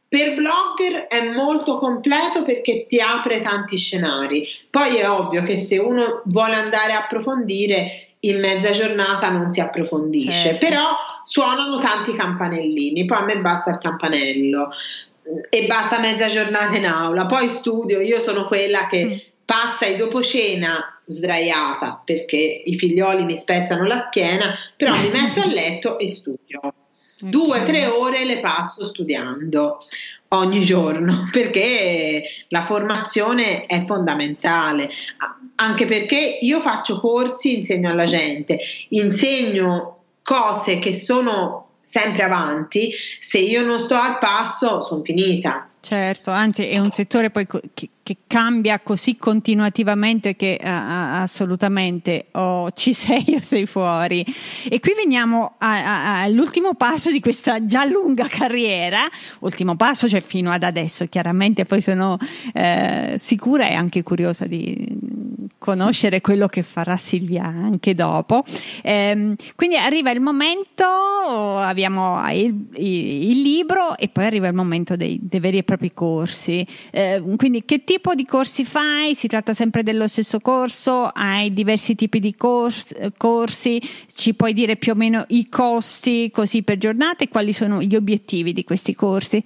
Speaker 2: per blogger è molto completo perché ti apre tanti scenari. Poi è ovvio che se uno vuole andare a approfondire, in mezza giornata non si approfondisce,
Speaker 1: certo.
Speaker 2: Però suonano tanti campanellini, poi a me basta il campanello e basta mezza giornata in aula, poi studio. Io sono quella che passa il dopo cena sdraiata perché i figlioli mi spezzano la schiena, però mi metto a letto e studio. 2-3 ore le passo studiando ogni giorno, perché la formazione è fondamentale, anche perché io faccio corsi, insegno alla gente, insegno cose che sono sempre avanti. Se io non sto al passo sono finita.
Speaker 1: Certo, anzi è un settore poi che cambia così continuativamente che assolutamente ci sei o sei fuori. E qui veniamo all'ultimo passo di questa già lunga carriera, ultimo passo, cioè fino ad adesso. Chiaramente poi sono sicura e anche curiosa di conoscere quello che farà Silvia anche dopo. Quindi arriva il momento, abbiamo il libro e poi arriva il momento dei veri e propri corsi. Quindi che tipo di corsi fai? Si tratta sempre dello stesso corso? Hai diversi tipi di corsi? Ci puoi dire più o meno i costi così per giornata e quali sono gli obiettivi di questi corsi?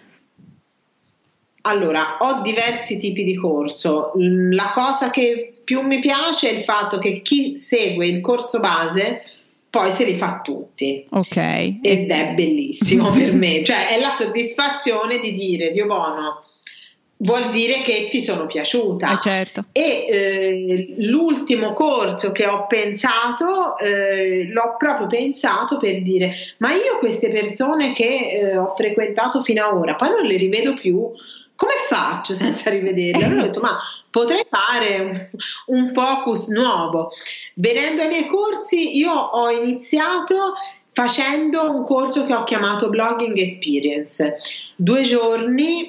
Speaker 2: Allora, ho diversi tipi di corso. La cosa che più mi piace è il fatto che chi segue il corso base poi se li fa tutti.
Speaker 1: Ok.
Speaker 2: Ed è bellissimo per me, cioè è la soddisfazione di dire Dio buono, vuol dire che ti sono piaciuta.
Speaker 1: Certo.
Speaker 2: E l'ultimo corso che ho pensato, l'ho proprio pensato per dire: ma io queste persone che ho frequentato fino ad ora poi non le rivedo più, come faccio senza rivederle? Allora ho detto: ma potrei fare un focus nuovo. Venendo ai miei corsi, io ho iniziato facendo un corso che ho chiamato Blogging Experience. 2 giorni,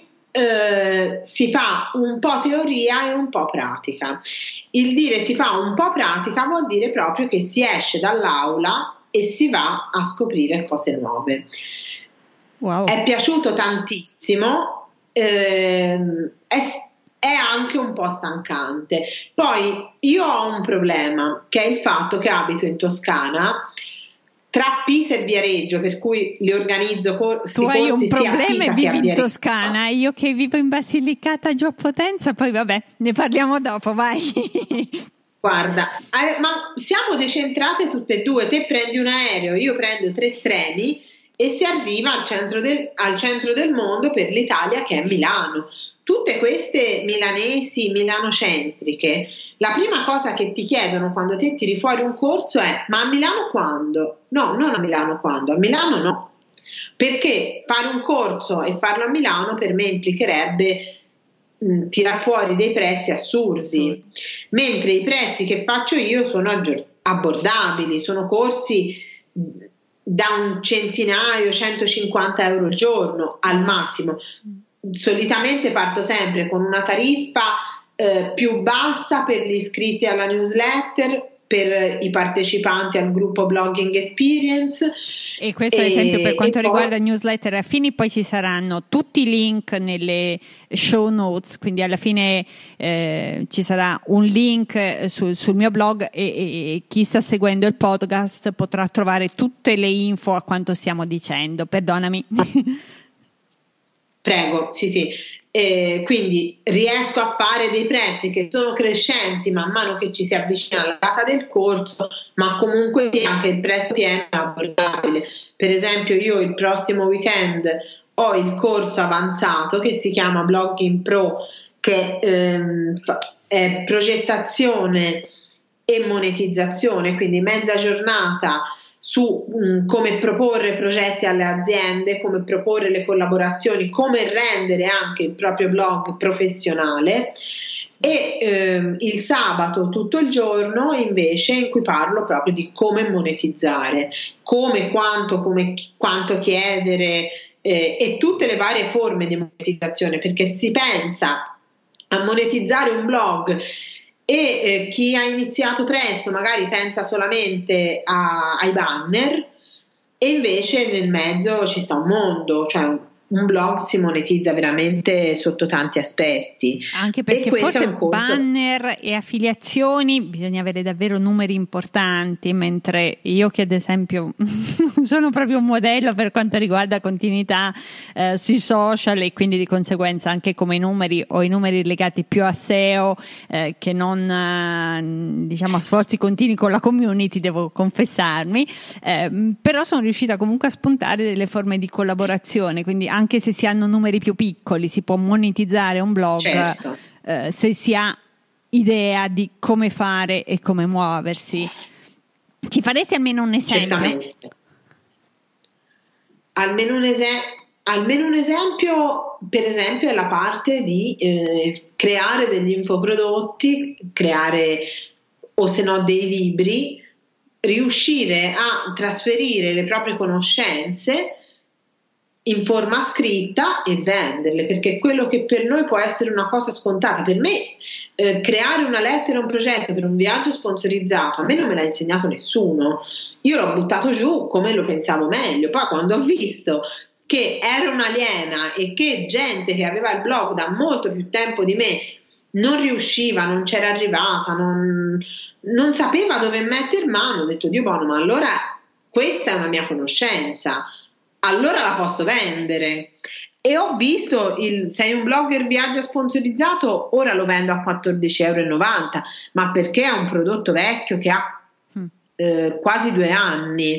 Speaker 2: si fa un po' teoria e un po' pratica. Il dire si fa un po' pratica vuol dire proprio che si esce dall'aula e si va a scoprire cose nuove.
Speaker 1: Wow.
Speaker 2: È piaciuto tantissimo, è anche un po' stancante. Poi io ho un problema, che è il fatto che abito in Toscana, tra Pisa e Viareggio, per cui li organizzo corsi.
Speaker 1: Tu hai un
Speaker 2: sia
Speaker 1: problema e vivi in Toscana, io che vivo in Basilicata giù a Potenza, poi vabbè, ne parliamo dopo, vai.
Speaker 2: Guarda, ma siamo decentrate tutte e due, te prendi un aereo, io prendo 3 treni e si arriva al centro del mondo per l'Italia, che è Milano. Tutte queste milanesi, milanocentriche, la prima cosa che ti chiedono quando te tiri fuori un corso è: ma a Milano quando? No, non a Milano quando, a Milano no. Perché fare un corso e farlo a Milano per me implicherebbe tirar fuori dei prezzi assurdi, mentre i prezzi che faccio io sono abbordabili, sono corsi da un centinaio, 150 euro al giorno al massimo. Solitamente parto sempre con una tariffa più bassa per gli iscritti alla newsletter, per i partecipanti al gruppo Blogging Experience.
Speaker 1: E questo ad esempio per quanto riguarda newsletter affini, poi ci saranno tutti i link nelle show notes, quindi alla fine ci sarà un link sul mio blog e chi sta seguendo il podcast potrà trovare tutte le info a quanto stiamo dicendo. Perdonami.
Speaker 2: Prego, sì. Quindi riesco a fare dei prezzi che sono crescenti man mano che ci si avvicina alla data del corso, ma comunque anche il prezzo pieno è abbordabile. Per esempio, io il prossimo weekend ho il corso avanzato che si chiama Blogging Pro, che è progettazione e monetizzazione, quindi mezza giornata su come proporre progetti alle aziende, come proporre le collaborazioni, come rendere anche il proprio blog professionale, e il sabato tutto il giorno invece in cui parlo proprio di come monetizzare, come quanto chiedere, e tutte le varie forme di monetizzazione, perché si pensa a monetizzare un blog e chi ha iniziato presto magari pensa solamente ai banner, e invece nel mezzo ci sta un mondo, cioè un blog si monetizza veramente sotto tanti aspetti.
Speaker 1: Anche perché forse banner e affiliazioni bisogna avere davvero numeri importanti, mentre io, che ad esempio sono proprio un modello per quanto riguarda continuità sui social, e quindi di conseguenza anche come numeri, ho i numeri legati più a SEO che non diciamo a sforzi continui con la community, devo confessarmi, però sono riuscita comunque a spuntare delle forme di collaborazione, quindi anche se si hanno numeri più piccoli si può monetizzare un blog, certo. Se si ha idea di come fare e come muoversi. Ci faresti almeno un esempio?
Speaker 2: Certamente. Almeno un esempio, per esempio, è la parte di creare degli infoprodotti, creare o se no dei libri, riuscire a trasferire le proprie conoscenze in forma scritta e venderle, perché quello che per noi può essere una cosa scontata, per me creare una lettera, un progetto per un viaggio sponsorizzato, a me non me l'ha insegnato nessuno, io l'ho buttato giù come lo pensavo meglio. Poi quando ho visto che ero un'aliena e che gente che aveva il blog da molto più tempo di me non riusciva, non c'era arrivata, non sapeva dove mettere mano, ho detto Dio buono, ma allora questa è una mia conoscenza, allora la posso vendere. E ho visto sei un blogger viaggio sponsorizzato, ora lo vendo a 14,90 €, ma perché è un prodotto vecchio che ha quasi 2 anni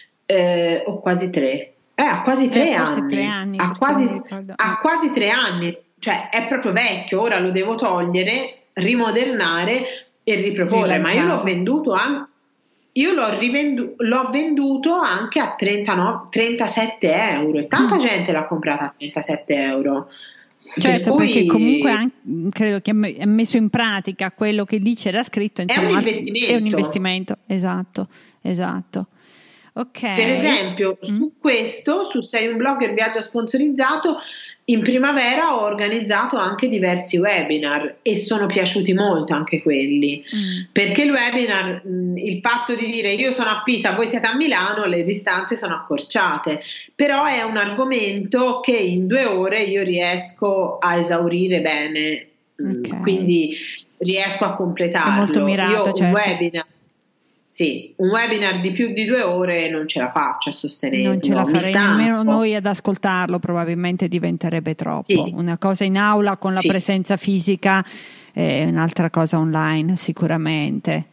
Speaker 2: o quasi 3, ha quasi 3 anni, ha quasi 3 anni, cioè è proprio vecchio, ora lo devo togliere, rimodernare e riproporre, ma io l'ho venduto anche. Io l'ho venduto anche a 37 € e tanta gente l'ha comprata a 37 €.
Speaker 1: Certo, per perché comunque credo che ha messo in pratica quello che lì c'era scritto. Insomma, è un investimento. Esatto. Okay.
Speaker 2: Per esempio, su Sei un blogger viaggio sponsorizzato, in primavera ho organizzato anche diversi webinar e sono piaciuti molto anche quelli, perché il webinar, il fatto di dire io sono a Pisa, voi siete a Milano, le distanze sono accorciate, però è un argomento che in 2 ore io riesco a esaurire bene, quindi riesco a completarlo. È
Speaker 1: molto mirato, certo.
Speaker 2: Un webinar di più di 2 ore non ce la faccio a sostenere.
Speaker 1: Non ce la farei nemmeno noi ad ascoltarlo, probabilmente diventerebbe troppo. Sì. Una cosa in aula con la presenza fisica, un'altra cosa online, sicuramente.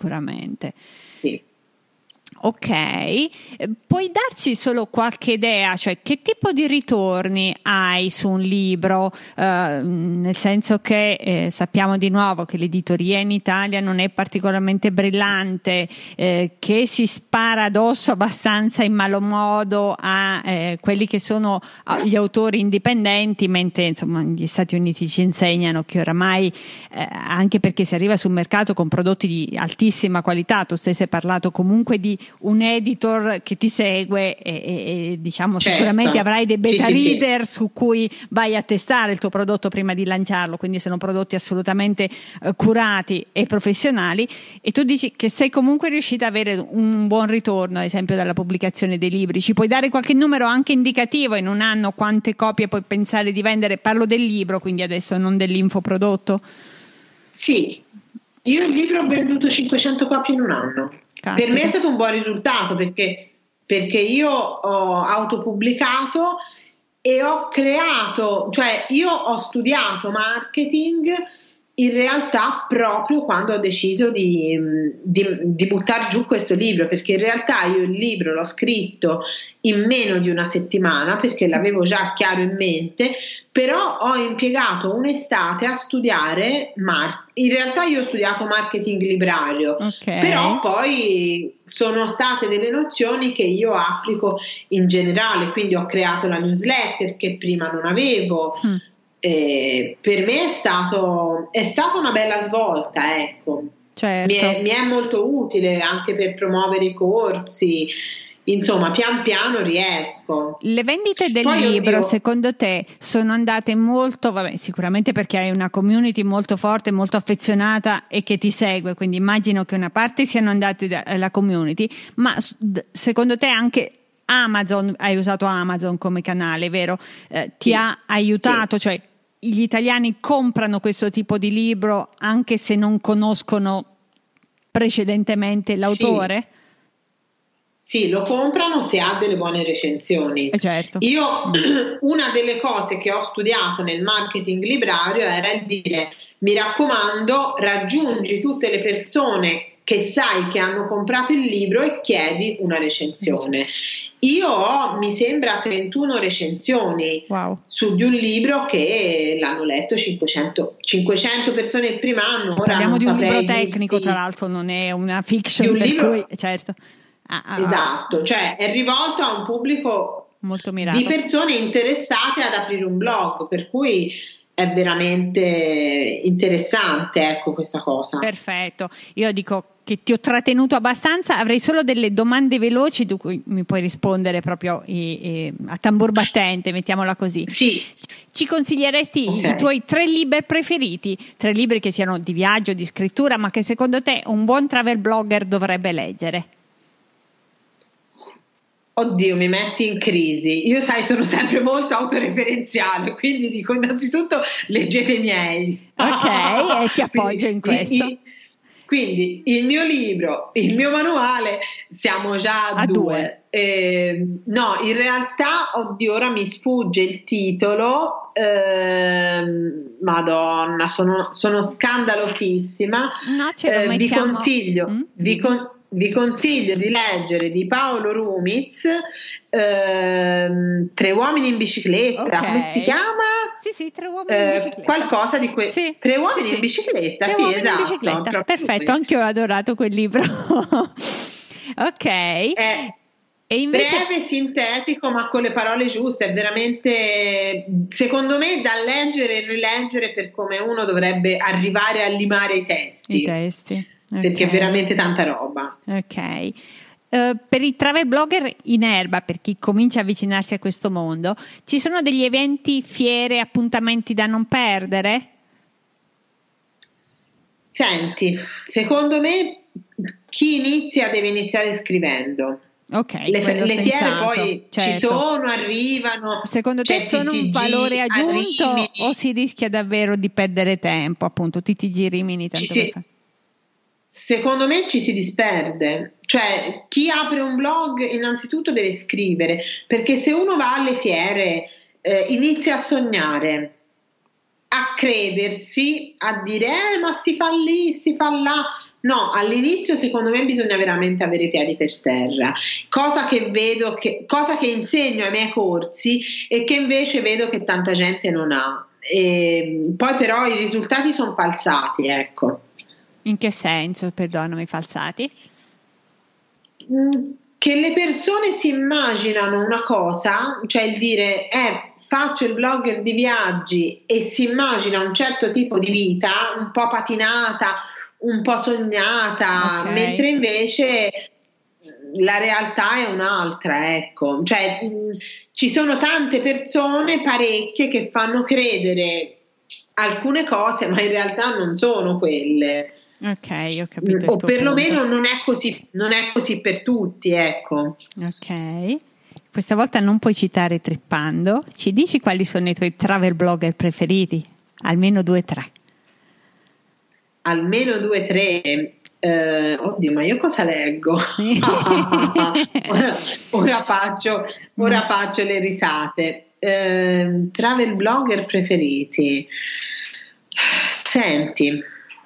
Speaker 1: Sì. Ok, puoi darci solo qualche idea, cioè che tipo di ritorni hai su un libro, nel senso che sappiamo di nuovo che l'editoria in Italia non è particolarmente brillante, che si spara addosso abbastanza in malo modo a quelli che sono gli autori indipendenti, mentre insomma gli Stati Uniti ci insegnano che oramai, anche perché si arriva sul mercato con prodotti di altissima qualità, tu stessi hai parlato comunque di un editor che ti segue e diciamo sicuramente avrai dei beta reader su cui vai a testare il tuo prodotto prima di lanciarlo, quindi sono prodotti assolutamente curati e professionali, e tu dici che sei comunque riuscita ad avere un buon ritorno, ad esempio dalla pubblicazione dei libri. Ci puoi dare qualche numero anche indicativo in un anno, quante copie puoi pensare di vendere? Parlo del libro, quindi adesso non dell'infoprodotto.
Speaker 2: Sì, io il libro ho venduto 500 copie in un anno. Caspita. Per me è stato un buon risultato perché io ho autopubblicato e ho creato, cioè io ho studiato marketing in realtà proprio quando ho deciso di buttare giù questo libro, perché in realtà io il libro l'ho scritto in meno di una settimana perché l'avevo già chiaro in mente, però ho impiegato un'estate a studiare in realtà io ho studiato marketing librario, però poi sono state delle nozioni che io applico in generale, quindi ho creato la newsletter che prima non avevo. Per me è stata una bella svolta, ecco.
Speaker 1: Certo.
Speaker 2: Mi è molto utile anche per promuovere i corsi, insomma pian piano riesco.
Speaker 1: Le vendite del libro secondo te sono andate molto, sicuramente perché hai una community molto forte, molto affezionata e che ti segue, quindi immagino che una parte siano andate alla community, ma secondo te anche Amazon, hai usato Amazon come canale, vero? Ti ha aiutato, cioè gli italiani comprano questo tipo di libro anche se non conoscono precedentemente l'autore?
Speaker 2: Sì, lo comprano se ha delle buone recensioni.
Speaker 1: Certo.
Speaker 2: Io una delle cose che ho studiato nel marketing librario era il dire: mi raccomando, raggiungi tutte le persone che sai che hanno comprato il libro e chiedi una recensione. Io ho, mi sembra, 31 recensioni su di un libro che l'hanno letto 500 persone il primo anno. Ora
Speaker 1: parliamo di un libro tecnico, tra l'altro, non è una fiction, per
Speaker 2: libro,
Speaker 1: cui certo.
Speaker 2: Esatto, cioè è rivolto a un pubblico
Speaker 1: molto mirato,
Speaker 2: di persone interessate ad aprire un blog, per cui è veramente interessante, ecco, questa cosa.
Speaker 1: Perfetto, io dico che ti ho trattenuto abbastanza, avrei solo delle domande veloci di cui mi puoi rispondere proprio a tambur battente, mettiamola così.
Speaker 2: Sì.
Speaker 1: Ci consiglieresti i tuoi 3 libri preferiti? 3 libri che siano di viaggio, di scrittura, ma che secondo te un buon travel blogger dovrebbe leggere?
Speaker 2: Oddio, mi metti in crisi. Io, sai, sono sempre molto autoreferenziale, quindi dico innanzitutto leggete i miei.
Speaker 1: Ok, e ti appoggio in questo.
Speaker 2: Quindi il mio libro, il mio manuale, siamo già a 2. No, in realtà, oddio, ora mi sfugge il titolo. Madonna, sono scandalosissima.
Speaker 1: No, ce lo mettiamo.
Speaker 2: Vi consiglio di leggere di Paolo Rumiz 3 uomini in bicicletta, come si chiama?
Speaker 1: Sì, 3 uomini in bicicletta.
Speaker 2: Qualcosa di questo. 3 uomini in bicicletta, sì, esatto. In bicicletta.
Speaker 1: Perfetto, anche io ho adorato quel libro. Ok. E invece...
Speaker 2: breve, sintetico, ma con le parole giuste, è veramente, secondo me, da leggere e rileggere per come uno dovrebbe arrivare a limare i testi. Perché è veramente tanta roba.
Speaker 1: Ok. Per i travel blogger in erba, per chi comincia a avvicinarsi a questo mondo, ci sono degli eventi, fiere, appuntamenti da non perdere?
Speaker 2: Senti, secondo me chi inizia deve iniziare scrivendo.
Speaker 1: Ok,
Speaker 2: le fiere poi ci sono, arrivano.
Speaker 1: Secondo te sono un valore aggiunto o si rischia davvero di perdere tempo? Appunto, TTG Rimini, tanto per fare.
Speaker 2: Secondo me ci si disperde, cioè chi apre un blog innanzitutto deve scrivere, perché se uno va alle fiere inizia a sognare, a credersi, a dire ma si fa lì, si fa là. No, all'inizio secondo me bisogna veramente avere i piedi per terra, cosa che insegno ai miei corsi e che invece vedo che tanta gente non ha. E poi però i risultati sono falsati, ecco.
Speaker 1: In che senso, perdonami, falsati?
Speaker 2: Che le persone si immaginano una cosa, cioè il dire faccio il blogger di viaggi, e si immagina un certo tipo di vita, un po' patinata, un po' sognata, mentre invece la realtà è un'altra, ecco. Cioè ci sono tante persone, parecchie, che fanno credere alcune cose, ma in realtà non sono quelle.
Speaker 1: Ok, ho capito.
Speaker 2: O perlomeno non è così per tutti, ecco.
Speaker 1: Ok. Questa volta non puoi citare Trippando. Ci dici quali sono i tuoi travel blogger preferiti? Almeno 2 o 3.
Speaker 2: Almeno 2 o 3. Oddio, ma io cosa leggo? ora faccio le risate. Travel blogger preferiti. Senti,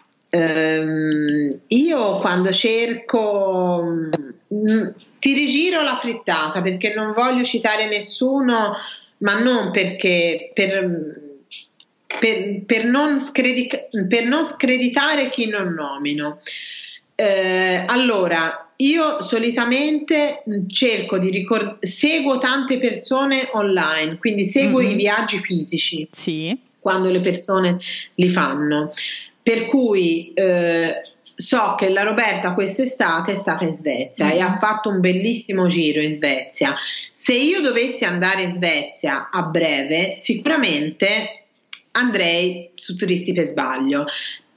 Speaker 2: io quando cerco ti rigiro la frittata, perché non voglio citare nessuno, ma non perché per non screditare chi non nomino. Allora, io solitamente cerco di seguo tante persone online, quindi seguo i viaggi fisici, quando le persone li fanno, per cui so che la Roberta quest'estate è stata in Svezia e ha fatto un bellissimo giro in Svezia. Se io dovessi andare in Svezia a breve, sicuramente andrei su Turisti per Sbaglio,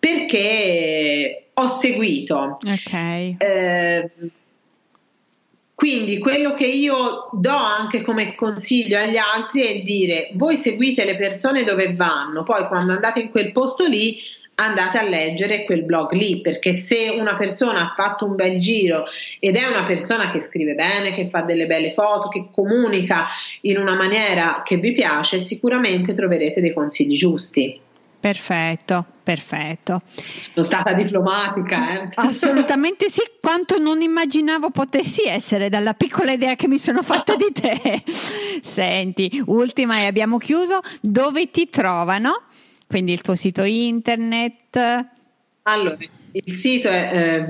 Speaker 2: perché ho seguito Quindi quello che io do anche come consiglio agli altri è dire: voi seguite le persone dove vanno, poi quando andate in quel posto lì andate a leggere quel blog lì, perché se una persona ha fatto un bel giro ed è una persona che scrive bene, che fa delle belle foto, che comunica in una maniera che vi piace, sicuramente troverete dei consigli giusti.
Speaker 1: Perfetto.
Speaker 2: Sono stata diplomatica,
Speaker 1: Assolutamente sì, quanto non immaginavo potessi essere dalla piccola idea che mi sono fatta di te. Senti, ultima e abbiamo chiuso. Dove ti trovano? Quindi il tuo sito internet?
Speaker 2: Allora, il sito è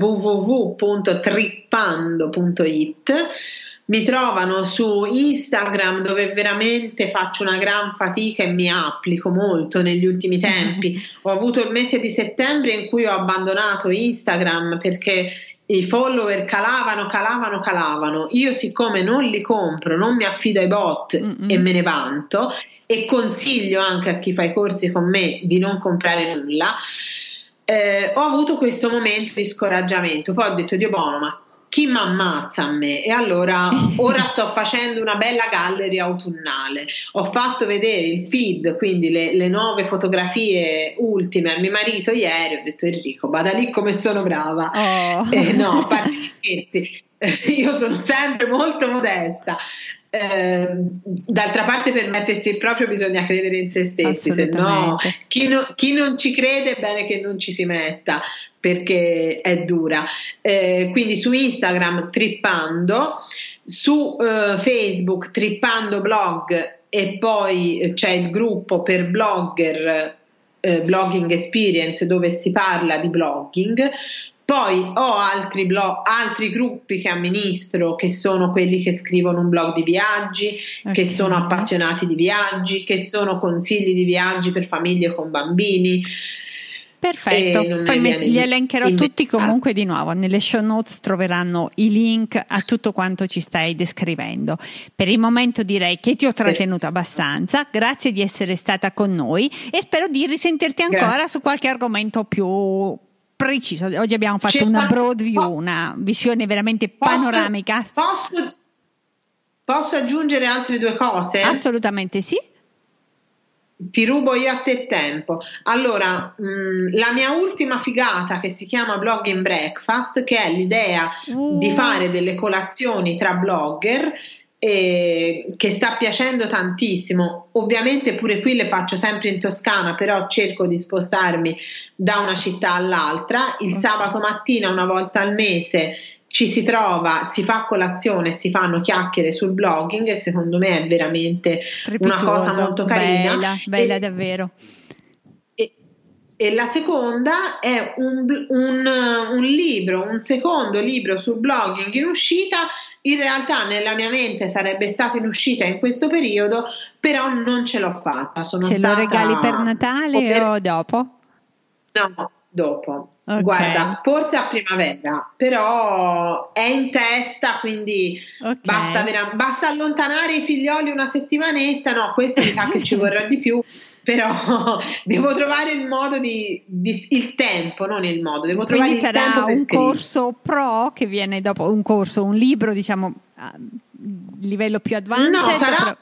Speaker 2: www.trippando.it. Mi trovano su Instagram, dove veramente faccio una gran fatica e mi applico molto negli ultimi tempi. Ho avuto il mese di settembre in cui ho abbandonato Instagram perché i follower calavano. Io, siccome non li compro, non mi affido ai bot e me ne vanto, e consiglio anche a chi fa i corsi con me di non comprare nulla, ho avuto questo momento di scoraggiamento. Poi ho detto: Dio buono, ma chi mi ammazza a me? E allora ora sto facendo una bella gallery autunnale. Ho fatto vedere il feed, quindi le nuove fotografie ultime a mio marito ieri. Ho detto: Enrico, vada lì come sono brava. No, a parte gli scherzi, io sono sempre molto modesta. D'altra parte, per mettersi proprio bisogna credere in se stessi, se no chi non ci crede è bene che non ci si metta, perché è dura. Quindi su Instagram Trippando, su Facebook Trippando Blog, e poi c'è il gruppo per blogger, Blogging Experience, dove si parla di blogging. Poi ho altri gruppi che amministro, che sono quelli che scrivono un blog di viaggi, che sono appassionati di viaggi, che sono consigli di viaggi per famiglie con bambini.
Speaker 1: Perfetto, poi li elencherò tutti comunque di nuovo. Nelle show notes troveranno i link a tutto quanto ci stai descrivendo. Per il momento direi che ti ho trattenuto abbastanza, grazie di essere stata con noi e spero di risentirti ancora su qualche argomento più preciso. Oggi abbiamo fatto una broad view, una visione veramente panoramica.
Speaker 2: Posso aggiungere altre 2 cose?
Speaker 1: Assolutamente sì.
Speaker 2: Ti rubo io a te tempo. Allora, la mia ultima figata, che si chiama Blogging Breakfast, che è l'idea di fare delle colazioni tra blogger, che sta piacendo tantissimo. Ovviamente pure qui le faccio sempre in Toscana, però cerco di spostarmi da una città all'altra. Il sabato mattina, una volta al mese, ci si trova, si fa colazione, si fanno chiacchiere sul blogging, e secondo me è veramente una cosa molto carina.
Speaker 1: Bella davvero.
Speaker 2: E la seconda è un libro, un secondo libro sul blogging in uscita. In realtà nella mia mente sarebbe stato in uscita in questo periodo, però non ce l'ho fatta.
Speaker 1: Lo regali per Natale o dopo?
Speaker 2: No, dopo. Okay. Guarda, forse a primavera, però è in testa, quindi basta allontanare i figlioli una settimanetta. No, questo mi sa che ci vorrà di più, però devo trovare il modo il tempo, non il modo, devo trovare il tempo per scrivere.
Speaker 1: Quindi sarà un corso pro che viene dopo, un libro, diciamo, a livello più advanced?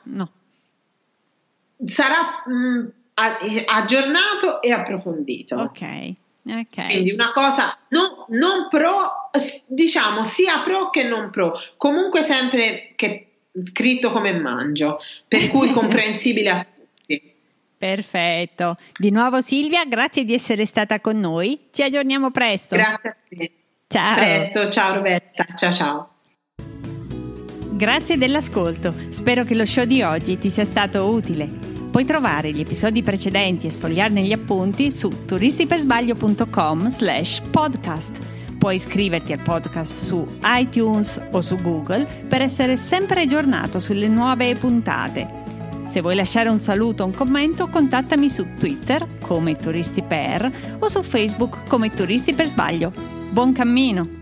Speaker 2: Sarà aggiornato e approfondito.
Speaker 1: Ok.
Speaker 2: Quindi una cosa non pro, diciamo sia pro che non pro, comunque sempre che scritto come mangio, per cui comprensibile a tutti.
Speaker 1: Perfetto. Di nuovo Silvia, grazie di essere stata con noi, ci aggiorniamo presto.
Speaker 2: Grazie a te.
Speaker 1: Ciao.
Speaker 2: Presto, ciao Roberta, ciao.
Speaker 1: Grazie dell'ascolto, spero che lo show di oggi ti sia stato utile. Puoi trovare gli episodi precedenti e sfogliarne gli appunti su turistipersbaglio.com/podcast. Puoi iscriverti al podcast su iTunes o su Google per essere sempre aggiornato sulle nuove puntate. Se vuoi lasciare un saluto o un commento, contattami su Twitter come Turisti Per o su Facebook come Turisti per Sbaglio. Buon cammino!